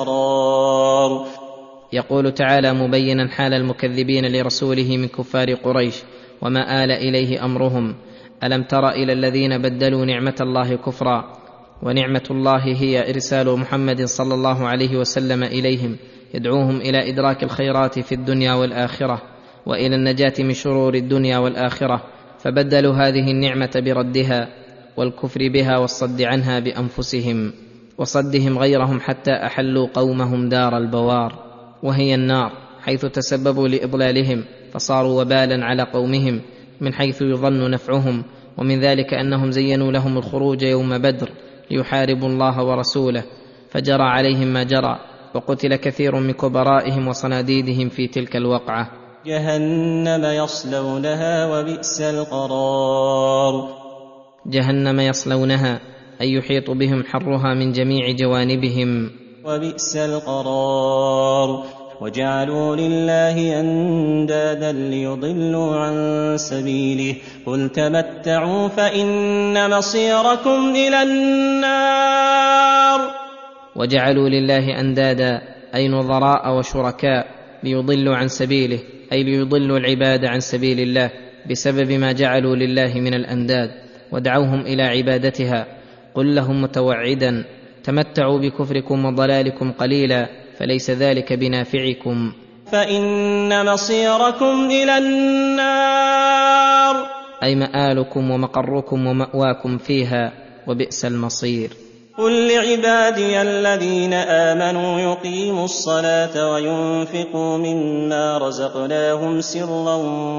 Speaker 2: القرار.
Speaker 3: يقول تعالى مبينا حال المكذبين لرسوله من كفار قريش وما آل إليه أمرهم: ألم تر إلى الذين بدلوا نعمة الله كفرا. ونعمة الله هي إرسال محمد صلى الله عليه وسلم إليهم يدعوهم إلى إدراك الخيرات في الدنيا والآخرة وإلى النجاة من شرور الدنيا والآخرة، فبدلوا هذه النعمة بردها والكفر بها والصد عنها بأنفسهم وصدهم غيرهم حتى أحلوا قومهم دار البوار، وهي النار، حيث تسببوا لإضلالهم فصاروا وبالا على قومهم من حيث يظن نفعهم. ومن ذلك أنهم زينوا لهم الخروج يوم بدر ليحاربوا الله ورسوله، فجرى عليهم ما جرى، وقتل كثير من كبرائهم وصناديدهم في تلك الوقعة.
Speaker 2: جهنم يصلونها وبئس القرار.
Speaker 3: جهنم يصلونها أي يحيط بهم حرها من جميع جوانبهم.
Speaker 2: وبئس القرار. وجعلوا لله أندادا ليضلوا عن سبيله قل تمتعوا فإن مصيركم إلى النار.
Speaker 3: وجعلوا لله أندادا أي نظراء وشركاء ليضلوا عن سبيله، أي ليضلوا العباد عن سبيل الله بسبب ما جعلوا لله من الأنداد ودعوهم إلى عبادتها. قل لهم متوعدا تمتعوا بكفركم وضلالكم قليلا فليس ذلك بنافعكم،
Speaker 2: فإن مصيركم إلى النار،
Speaker 3: أي مآلكم ومقركم ومأواكم فيها، وبئس المصير.
Speaker 2: قل لعبادي الذين آمنوا يقيموا الصلاة وينفقوا مما رزقناهم سرا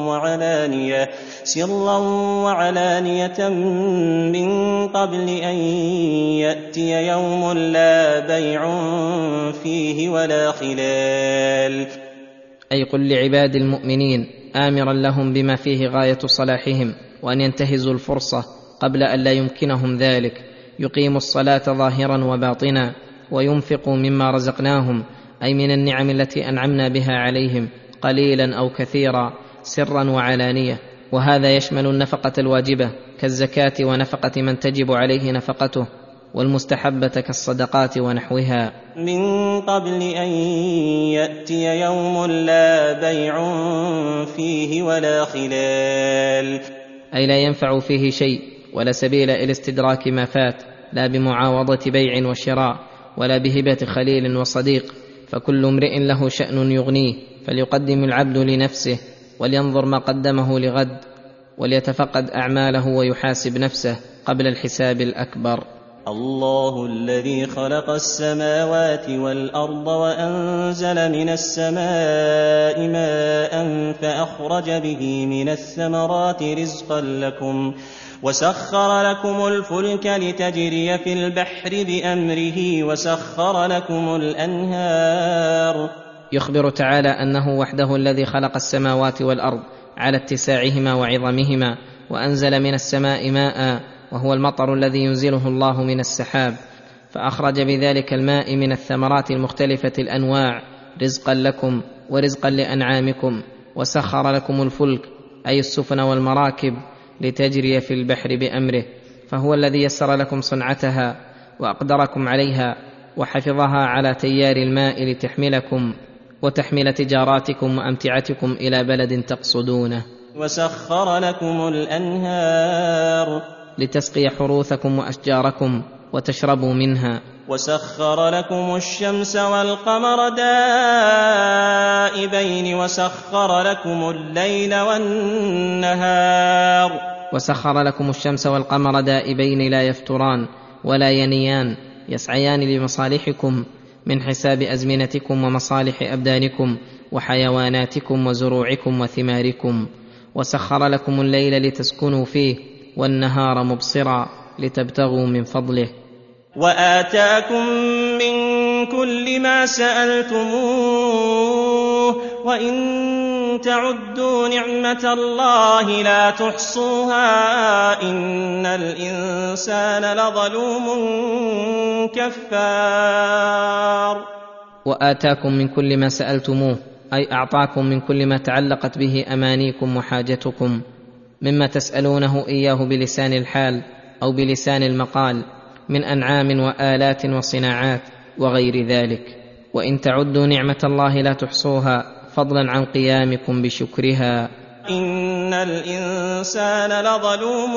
Speaker 2: وعلانية من قبل أن يأتي يوم لا بيع فيه ولا خلال.
Speaker 3: أي قل لعباد المؤمنين آمرا لهم بما فيه غاية صلاحهم وأن ينتهزوا الفرصة قبل أن لا يمكنهم ذلك، يقيموا الصلاة ظاهرا وباطنا وينفقوا مما رزقناهم، أي من النعم التي أنعمنا بها عليهم قليلا أو كثيرا سرا وعلانية، وهذا يشمل النفقة الواجبة كالزكاة ونفقة من تجب عليه نفقته، والمستحبة كالصدقات ونحوها.
Speaker 2: من قبل أن يأتي يوم لا بيع فيه ولا خلال،
Speaker 3: أي لا ينفع فيه شيء ولا سبيل إلى استدراك ما فات، لا بمعاوضة بيع وشراء ولا بهبة خليل وصديق، فكل امرئ له شأن يغنيه، فليقدم العبد لنفسه ولينظر ما قدمه لغد، وليتفقد أعماله ويحاسب نفسه قبل الحساب الأكبر.
Speaker 2: الله الذي خلق السماوات والأرض وأنزل من السماء ماء فأخرج به من الثمرات رزقا لكم وسخر لكم الفلك لتجري في البحر بأمره وسخر لكم الأنهار.
Speaker 3: يخبر تعالى أنه وحده الذي خلق السماوات والأرض على اتساعهما وعظمهما، وأنزل من السماء ماء وهو المطر الذي ينزله الله من السحاب، فأخرج بذلك الماء من الثمرات المختلفة الأنواع رزقا لكم ورزقا لأنعامكم، وسخر لكم الفلك أي السفن والمراكب لتجري في البحر بأمره، فهو الذي يسر لكم صنعتها وأقدركم عليها وحفظها على تيار الماء لتحملكم وتحمل تجاراتكم وأمتعتكم إلى بلد تقصدونه.
Speaker 2: وسخر لكم الأنهار
Speaker 3: لتسقي حروثكم وأشجاركم وتشربوا منها.
Speaker 2: وسخر لكم الشمس والقمر دائبين وسخر لكم الليل والنهار.
Speaker 3: وسخر لكم الشمس والقمر دائبين لا يفتران ولا ينيان، يسعيان لمصالحكم من حساب أزمنتكم ومصالح أبدانكم وحيواناتكم وزروعكم وثماركم. وسخر لكم الليل لتسكنوا فيه والنهار مبصرا لتبتغوا من فضله.
Speaker 2: وآتاكم من كل ما سألتموه وإن تعدوا نعمة الله لا تحصوها إن الإنسان لظلوم كفار.
Speaker 3: وآتاكم من كل ما سألتموه أي أعطاكم من كل ما تعلقت به أمانيكم وحاجتكم مما تسألونه إياه بلسان الحال أو بلسان المقال من أنعام وآلات وصناعات وغير ذلك. وإن تعدوا نعمة الله لا تحصوها فضلا عن قيامكم بشكرها.
Speaker 2: إن الإنسان لظلوم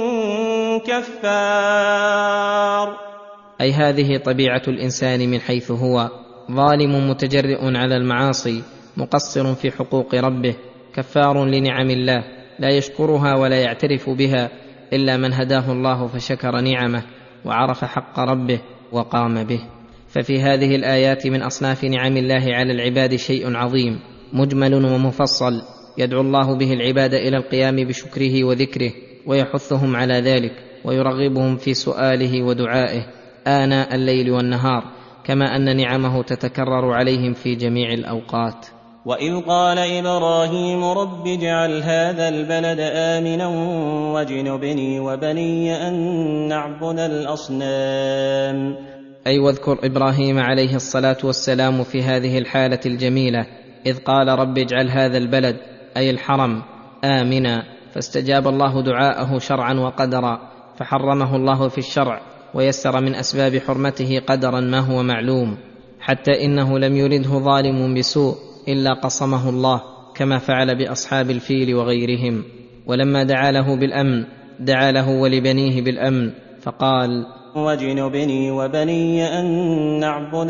Speaker 2: كفار.
Speaker 3: أي هذه طبيعة الإنسان من حيث هو ظالم متجرئ على المعاصي مقصر في حقوق ربه كفار لنعم الله لا يشكرها ولا يعترف بها إلا من هداه الله فشكر نعمه وعرف حق ربه وقام به. ففي هذه الآيات من أصناف نعم الله على العباد شيء عظيم مجمل ومفصل يدعو الله به العباد إلى القيام بشكره وذكره ويحثهم على ذلك ويرغبهم في سؤاله ودعائه آناء الليل والنهار كما أن نعمه تتكرر عليهم في جميع الأوقات.
Speaker 2: وإذ قال إبراهيم رب اجعل هذا البلد آمنا واجنبني وبني أن نعبد الأصنام.
Speaker 3: أي واذكر إبراهيم عليه الصلاة والسلام في هذه الحالة الجميلة إذ قال رب اجعل هذا البلد أي الحرم آمنا، فاستجاب الله دعاءه شرعا وقدرا، فحرمه الله في الشرع ويسر من أسباب حرمته قدرا ما هو معلوم، حتى إنه لم يرده ظالم بسوء إلا قصمه الله كما فعل بأصحاب الفيل وغيرهم. ولما دعا له بالأمن دعا له ولبنيه بالأمن فقال
Speaker 2: واجنبني وبني أن نعبد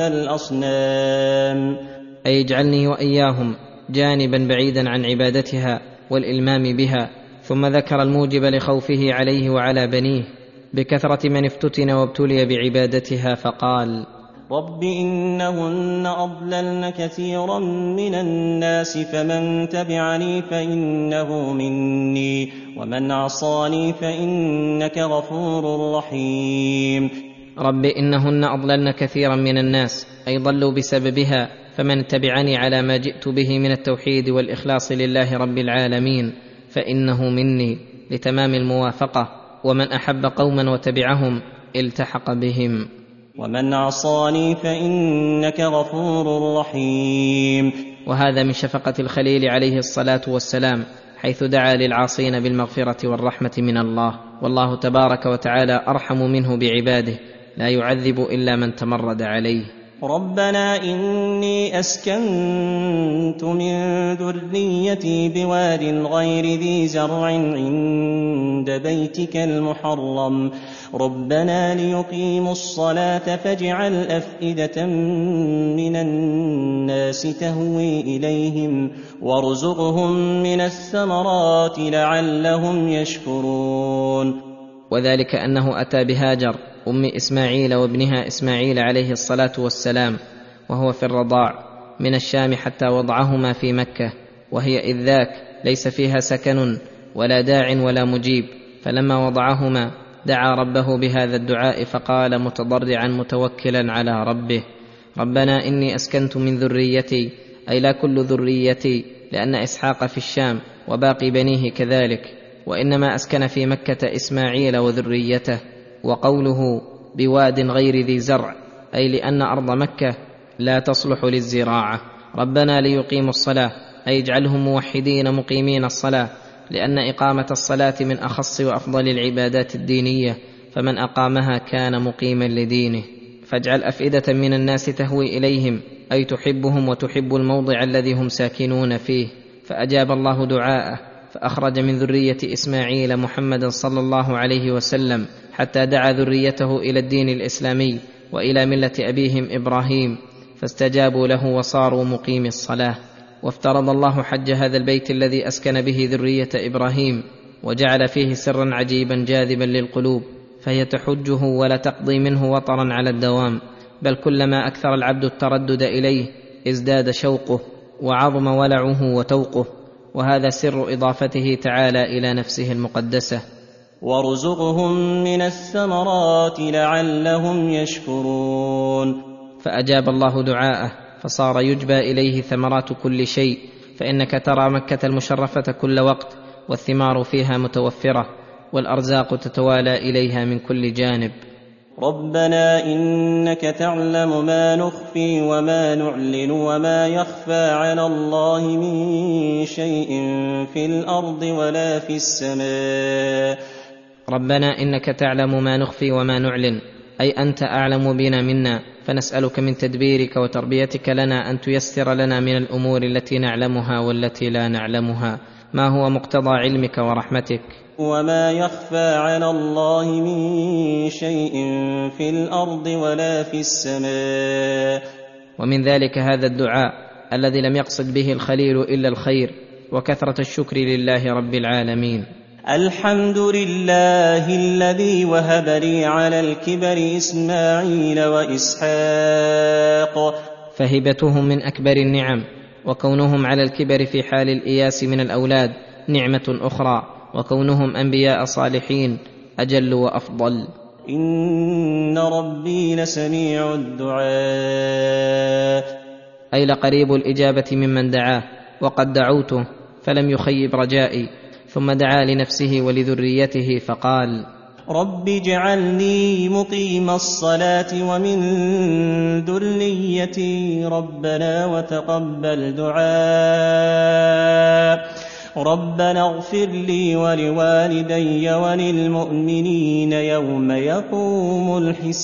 Speaker 2: الأصنام،
Speaker 3: أي اجعلني وإياهم جانبا بعيدا عن عبادتها والإلمام بها. ثم ذكر الموجب لخوفه عليه وعلى بنيه بكثرة من افتتن وابتلي بعبادتها فقال
Speaker 2: رب إنهن أضللن كثيرا من الناس فمن تبعني فإنه مني ومن عصاني فإنك غفور رحيم.
Speaker 3: رب إنهن أضللن كثيرا من الناس أي ضلوا بسببها، فمن تبعني على ما جئت به من التوحيد والإخلاص لله رب العالمين فإنه مني لتمام الموافقة، ومن أحب قوما وتبعهم التحق بهم،
Speaker 2: ومن عصاني فإنك غفور رحيم.
Speaker 3: وهذا من شفقة الخليل عليه الصلاة والسلام حيث دعا للعاصين بالمغفرة والرحمة من الله، والله تبارك وتعالى أرحم منه بعباده لا يعذب إلا من تمرد عليه.
Speaker 2: ربنا إني أسكنت من ذريتي بواد غير ذي زرع عند بيتك المحرم ربنا ليقيموا الصلاة فاجعل أفئدة من الناس تهوي إليهم وارزقهم من الثمرات لعلهم يشكرون.
Speaker 3: وذلك أنه أتى بهاجر أم إسماعيل وابنها إسماعيل عليه الصلاة والسلام وهو في الرضاع من الشام حتى وضعهما في مكة، وهي إذ ذاك ليس فيها سكن ولا داع ولا مجيب، فلما وضعهما دعا ربه بهذا الدعاء فقال متضرعا متوكلا على ربه ربنا إني أسكنت من ذريتي، أي لا كل ذريتي، لأن إسحاق في الشام وباقي بنيه كذلك، وإنما أسكن في مكة إسماعيل وذريته. وقوله بواد غير ذي زرع أي لأن أرض مكة لا تصلح للزراعة. ربنا ليقيموا الصلاة أي اجعلهم موحدين مقيمين الصلاة، لأن إقامة الصلاة من أخص وأفضل العبادات الدينية، فمن أقامها كان مقيما لدينه. فاجعل أفئدة من الناس تهوي إليهم أي تحبهم وتحب الموضع الذي هم ساكنون فيه، فأجاب الله دعاءه فأخرج من ذرية إسماعيل محمدا صلى الله عليه وسلم حتى دعا ذريته إلى الدين الإسلامي وإلى ملة أبيهم إبراهيم، فاستجابوا له وصاروا مقيم الصلاة. وافترض الله حج هذا البيت الذي أسكن به ذرية إبراهيم، وجعل فيه سرا عجيبا جاذبا للقلوب، فهي تحجه ولا تقضي منه وطرا على الدوام، بل كلما أكثر العبد التردد إليه ازداد شوقه وعظم ولعه وتوقه، وهذا سر إضافته تعالى إلى نفسه المقدسة.
Speaker 2: وارزقهم من الثمرات لعلهم يشكرون.
Speaker 3: فأجاب الله دعاءه فصار يجبى إليه ثمرات كل شيء، فإنك ترى مكة المشرفة كل وقت والثمار فيها متوفرة والأرزاق تتوالى إليها من كل جانب.
Speaker 2: ربنا إنك تعلم ما نخفي وما نعلن وما يخفى على الله من شيء في الأرض ولا في السماء.
Speaker 3: ربنا إنك تعلم ما نخفي وما نعلن، أي أنت أعلم بنا منا، فنسألك من تدبيرك وتربيتك لنا أن تيسر لنا من الأمور التي نعلمها والتي لا نعلمها ما هو مقتضى علمك ورحمتك.
Speaker 2: وما يخفى على الله من شيء في الأرض ولا في السماء.
Speaker 3: ومن ذلك هذا الدعاء الذي لم يقصد به الخليل إلا الخير وكثرة الشكر لله رب العالمين.
Speaker 2: الحمد لله الذي وهب لي على الكبر إسماعيل وإسحاق.
Speaker 3: فهبتهم من أكبر النعم، وكونهم على الكبر في حال الإياس من الأولاد نعمة أخرى، وكونهم أنبياء صالحين أجل وأفضل.
Speaker 2: إن ربي لسميع الدعاء.
Speaker 3: أي لقريب الإجابة ممن دعاه، وقد دعوته فلم يخيب رجائي. ثم دعا لنفسه ولذريته فقال:
Speaker 2: رب اجعلني مقيم الصلاة ومن ذريتي ربنا وتقبل دعاء. ربنا اغفر لي ولوالدي وللمؤمنين يوم يقوم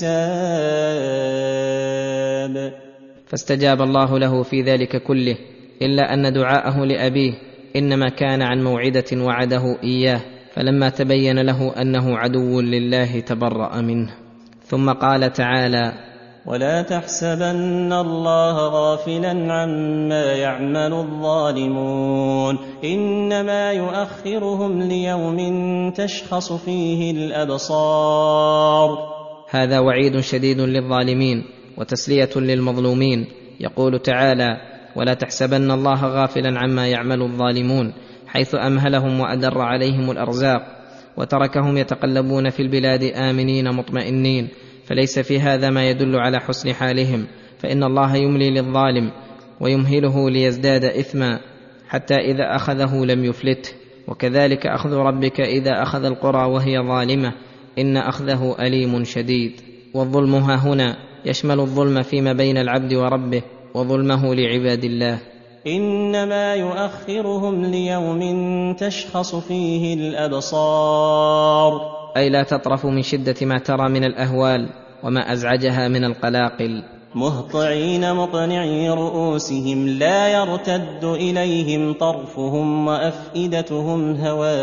Speaker 2: الحساب.
Speaker 3: فاستجاب الله له في ذلك كله، إلا أن دعاءه لأبيه إنما كان عن موعدة وعده إياه، فلما تبين له أنه عدو لله تبرأ منه. ثم قال تعالى:
Speaker 2: ولا تحسبن الله غافلا عما يعمل الظالمون إنما يؤخرهم ليوم تشخص فيه الأبصار.
Speaker 3: هذا وعيد شديد للظالمين وتسلية للمظلومين. يقول تعالى: ولا تحسبن الله غافلا عما يعمل الظالمون، حيث أمهلهم وأدر عليهم الأرزاق وتركهم يتقلبون في البلاد آمنين مطمئنين، فليس في هذا ما يدل على حسن حالهم، فإن الله يملي للظالم ويمهله ليزداد إثما حتى إذا أخذه لم يفلته. وكذلك أخذ ربك إذا أخذ القرى وهي ظالمة إن أخذه أليم شديد. والظلم هنا يشمل الظلم فيما بين العبد وربه وظلمه لعباد الله.
Speaker 2: إنما يؤخرهم ليوم تشخص فيه الأبصار،
Speaker 3: أي لا تطرف من شدة ما ترى من الأهوال وما أزعجها من القلاقل.
Speaker 2: مهطعين مقنعي رؤوسهم لا يرتد إليهم طرفهم وأفئدتهم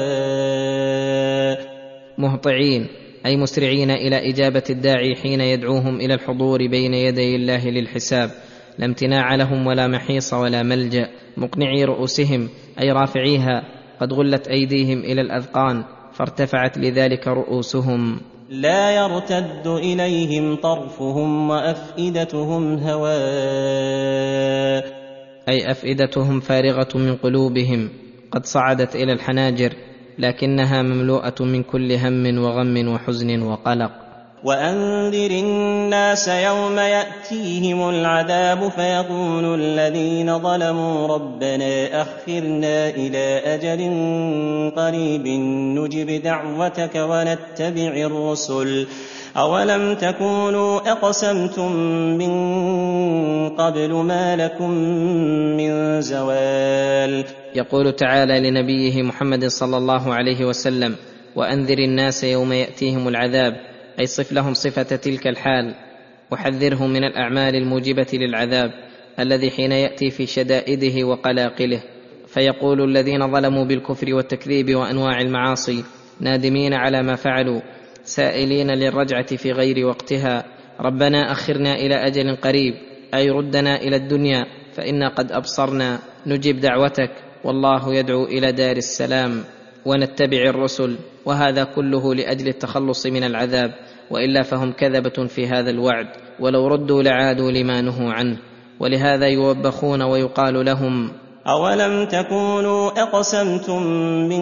Speaker 2: هواء.
Speaker 3: مهطعين أي مسرعين إلى إجابة الداعي حين يدعوهم إلى الحضور بين يدي الله للحساب، لا امتناع لهم ولا محيص ولا ملجأ. مقنعي رؤوسهم أي رافعيها، قد غلت أيديهم إلى الأذقان فارتفعت لذلك رؤوسهم.
Speaker 2: لا يرتد إليهم طرفهم وأفئدتهم هواء،
Speaker 3: أي أفئدتهم فارغة من قلوبهم، قد صعدت إلى الحناجر لكنها مملوءة من كل هم وغم وحزن وقلق.
Speaker 2: وأنذر الناس يوم يأتيهم العذاب فيقول الذين ظلموا ربنا أخرنا إلى أجل قريب نجب دعوتك ونتبع الرسل أولم تكونوا أقسمتم من قبل ما لكم من زوال.
Speaker 3: يقول تعالى لنبيه محمد صلى الله عليه وسلم: وأنذر الناس يوم يأتيهم العذاب، أي صف لهم صفة تلك الحال وحذرهم من الأعمال الموجبة للعذاب الذي حين يأتي في شدائده وقلاقله. فيقول الذين ظلموا بالكفر والتكذيب وأنواع المعاصي نادمين على ما فعلوا سائلين للرجعة في غير وقتها: ربنا أخرنا إلى أجل قريب، أي ردنا إلى الدنيا فإنا قد أبصرنا نجب دعوتك، والله يدعو إلى دار السلام، ونتبع الرسل. وهذا كله لأجل التخلص من العذاب، وإلا فهم كذبة في هذا الوعد، ولو ردوا لعادوا لما نهوا عنه. ولهذا يوبخون ويقال لهم:
Speaker 2: أولم تكونوا أقسمتم من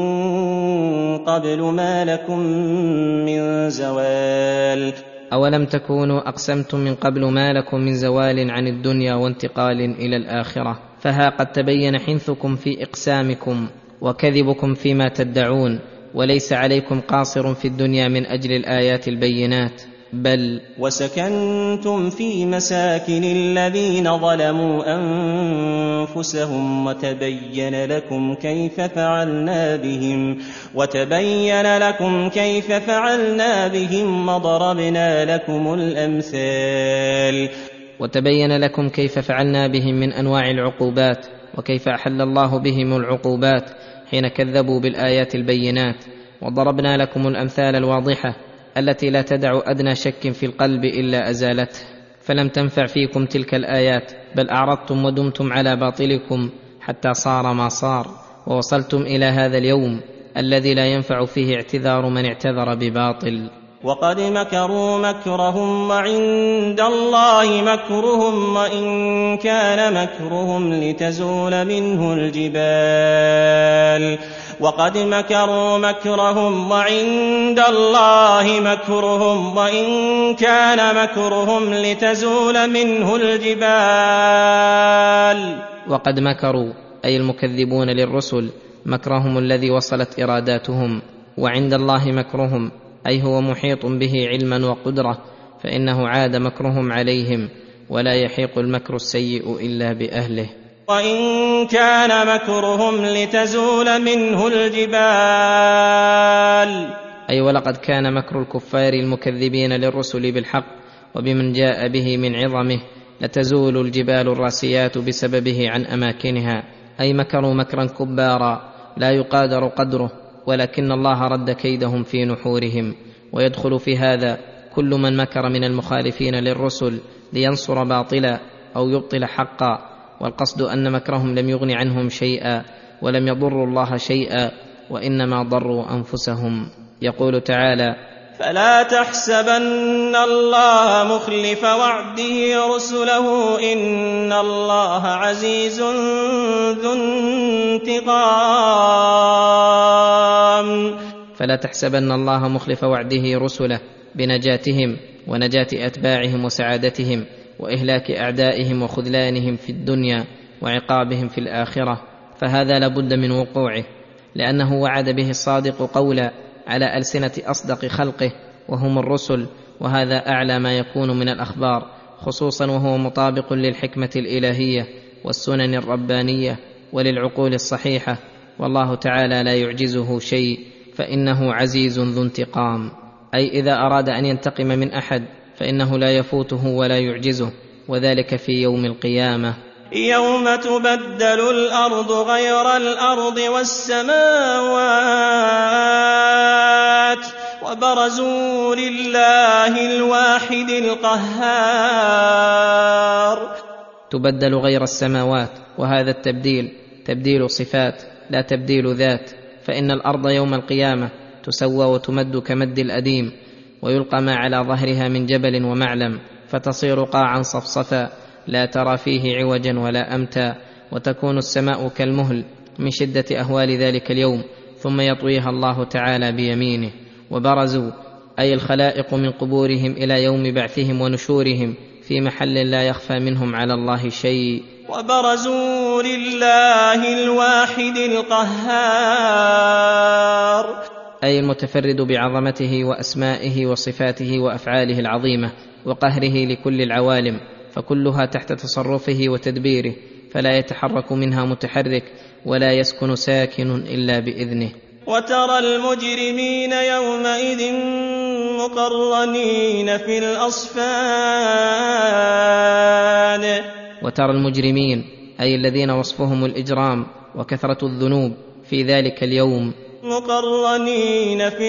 Speaker 2: قبل ما لكم من زوال.
Speaker 3: أولم تكونوا أقسمتم من قبل ما لكم من زوال عن الدنيا وانتقال إلى الآخرة، فها قد تبين حنثكم في إقسامكم وكذبكم فيما تدعون، وليس عليكم قاصر في الدنيا من أجل الآيات البينات، بل
Speaker 2: وسكنتم في مساكن الذين ظلموا أنفسهم وتبين لكم كيف فعلنا بهم وضربنا لكم الأمثال.
Speaker 3: وتبين لكم كيف فعلنا بهم من أنواع العقوبات، وكيف أحل الله بهم العقوبات حين كذبوا بالآيات البينات، وضربنا لكم الأمثال الواضحة التي لا تدع أدنى شك في القلب إلا أزالته. فلم تنفع فيكم تلك الآيات، بل أعرضتم ودمتم على باطلكم حتى صار ما صار، ووصلتم إلى هذا اليوم الذي لا ينفع فيه اعتذار من اعتذر بباطل.
Speaker 2: وقد مكروا مكرهم وعند الله مكرهم وإن كان مكرهم لتزول منه الجبال وقد مكروا مكرهم وعند الله مكرهم وإن كان مكرهم لتزول منه الجبال.
Speaker 3: وقد مكروا أي المكذبون للرسل مكرهم الذي وصلت إراداتهم، وعند الله مكرهم أي هو محيط به علما وقدرة، فإنه عاد مكرهم عليهم، ولا يحيق المكر السيء إلا بأهله.
Speaker 2: وإن كان مكرهم لتزول منه الجبال
Speaker 3: أي ولقد كان مكر الكفار المكذبين للرسل بالحق وبمن جاء به من عظمه لتزول الجبال الراسيات بسببه عن أماكنها، أي مكروا مكرا كبارا لا يقادر قدره، ولكن الله رد كيدهم في نحورهم. ويدخل في هذا كل من مكر من المخالفين للرسل لينصر باطلا أو يبطل حقا، والقصد أن مكرهم لم يغن عنهم شيئا ولم يضروا الله شيئا، وإنما ضروا أنفسهم. يقول تعالى:
Speaker 2: فلا تحسبن الله مخلف وعده رسله إن الله عزيز ذو انتقام.
Speaker 3: فلا تحسبن الله مخلف وعده رسله بنجاتهم ونجاة أتباعهم وسعادتهم وإهلاك أعدائهم وخذلانهم في الدنيا وعقابهم في الآخرة، فهذا لابد من وقوعه، لأنه وعد به الصادق قولا على ألسنة أصدق خلقه وهم الرسل، وهذا أعلى ما يكون من الأخبار، خصوصا وهو مطابق للحكمة الإلهية والسنن الربانية وللعقول الصحيحة، والله تعالى لا يعجزه شيء، فإنه عزيز ذو انتقام، أي إذا أراد أن ينتقم من أحد فإنه لا يفوته ولا يعجزه، وذلك في يوم القيامة.
Speaker 2: يوم تبدل الأرض غير الأرض والسماوات وبرزوا لله الواحد القهار.
Speaker 3: تبدل غير السماوات، وهذا التبديل تبديل صفات لا تبديل ذات، فإن الأرض يوم القيامة تسوى وتمد كمد الأديم، ويلقى ما على ظهرها من جبل ومعلم، فتصير قاعا صفصفا لا ترى فيه عوجا ولا أمتا، وتكون السماء كالمهل من شدة أهوال ذلك اليوم، ثم يطويها الله تعالى بيمينه. وبرزوا أي الخلائق من قبورهم إلى يوم بعثهم ونشورهم في محل لا يخفى منهم على الله شيء.
Speaker 2: وبرزوا لله الواحد القهار،
Speaker 3: أي المتفرد بعظمته وأسمائه وصفاته وأفعاله العظيمة وقهره لكل العوالم، فكلها تحت تصرفه وتدبيره، فلا يتحرك منها متحرك ولا يسكن ساكن إلا بإذنه.
Speaker 2: وترى المجرمين يومئذ مقرنين في الأصفاد.
Speaker 3: وترى المجرمين أي الذين وصفهم الإجرام وكثرة الذنوب في ذلك اليوم
Speaker 2: مقرنين في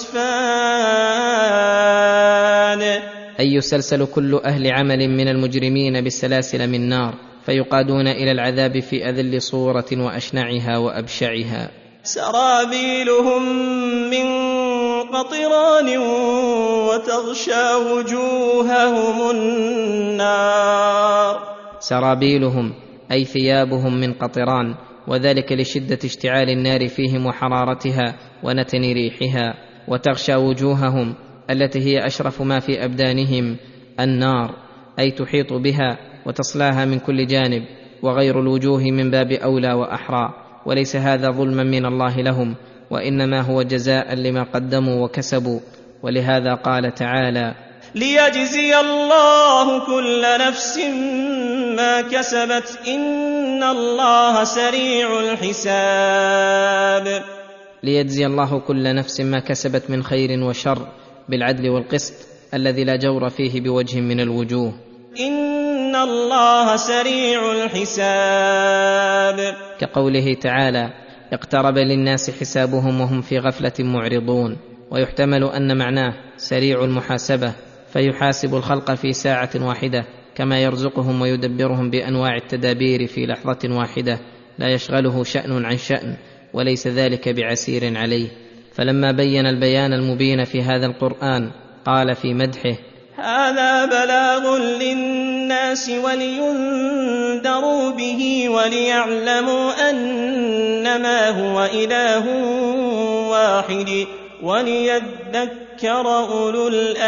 Speaker 2: الأصفاد،
Speaker 3: أي يسلسل كل أهل عمل من المجرمين بالسلاسل من نار، فيقادون إلى العذاب في أذل صورة وأشنعها وأبشعها.
Speaker 2: سرابيلهم من قطران وتغشى وجوههم النار.
Speaker 3: سرابيلهم أي ثيابهم من قطران، وذلك لشدة اشتعال النار فيهم وحرارتها ونتن ريحها. وتغشى وجوههم التي هي أشرف ما في أبدانهم النار، أي تحيط بها وتصلاها من كل جانب، وغير الوجوه من باب أولى وأحرى، وليس هذا ظلما من الله لهم، وإنما هو جزاء لما قدموا وكسبوا. ولهذا قال تعالى:
Speaker 2: ليجزي الله كل نفس ما كسبت إن الله سريع الحساب.
Speaker 3: ليجزي الله كل نفس ما كسبت من خير وشر بالعدل والقسط الذي لا جور فيه بوجه من الوجوه.
Speaker 2: إن الله سريع الحساب،
Speaker 3: كقوله تعالى: اقترب للناس حسابهم وهم في غفلة معرضون. ويحتمل أن معناه سريع المحاسبة، فيحاسب الخلق في ساعة واحدة، كما يرزقهم ويدبرهم بأنواع التدابير في لحظة واحدة، لا يشغله شأن عن شأن، وليس ذلك بعسير عليه. فلما بين البيان المبين في هذا القرآن قال في مدحه:
Speaker 2: هذا بلاغ للناس ولينذروا به وليعلموا أنما هو إله واحد وليذكر أولو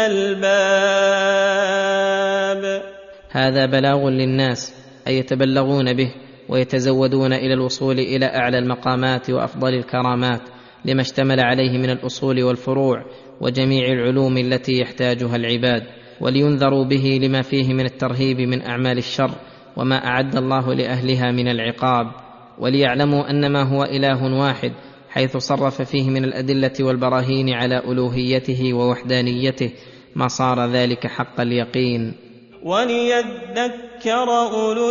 Speaker 2: الألباب.
Speaker 3: هذا بلاغ للناس، أي يتبلغون به ويتزودون إلى الوصول إلى أعلى المقامات وأفضل الكرامات لما اشتمل عليه من الأصول والفروع وجميع العلوم التي يحتاجها العباد، ولينذروا به لما فيه من الترهيب من أعمال الشر وما أعد الله لأهلها من العقاب، وليعلموا أنما هو إله واحد حيث صرف فيه من الأدلة والبراهين على ألوهيته ووحدانيته ما صار ذلك حق اليقين.
Speaker 2: وليذكر أولو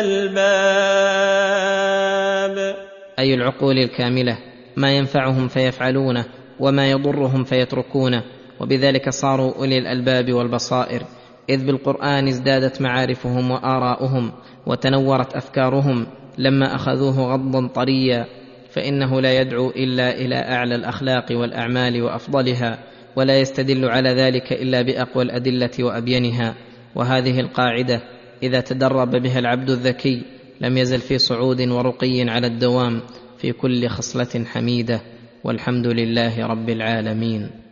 Speaker 2: الألباب،
Speaker 3: أي العقول الكاملة، ما ينفعهم فيفعلونه وما يضرهم فيتركونه، وبذلك صاروا أولي الألباب والبصائر، إذ بالقرآن ازدادت معارفهم وآراؤهم وتنورت أفكارهم لما أخذوه غضا طريا، فإنه لا يدعو إلا إلى أعلى الأخلاق والأعمال وأفضلها، ولا يستدل على ذلك إلا بأقوى الأدلة وأبينها. وهذه القاعدة إذا تدرب بها العبد الذكي لم يزل في صعود ورقي على الدوام في كل خصلة حميدة، والحمد لله رب العالمين.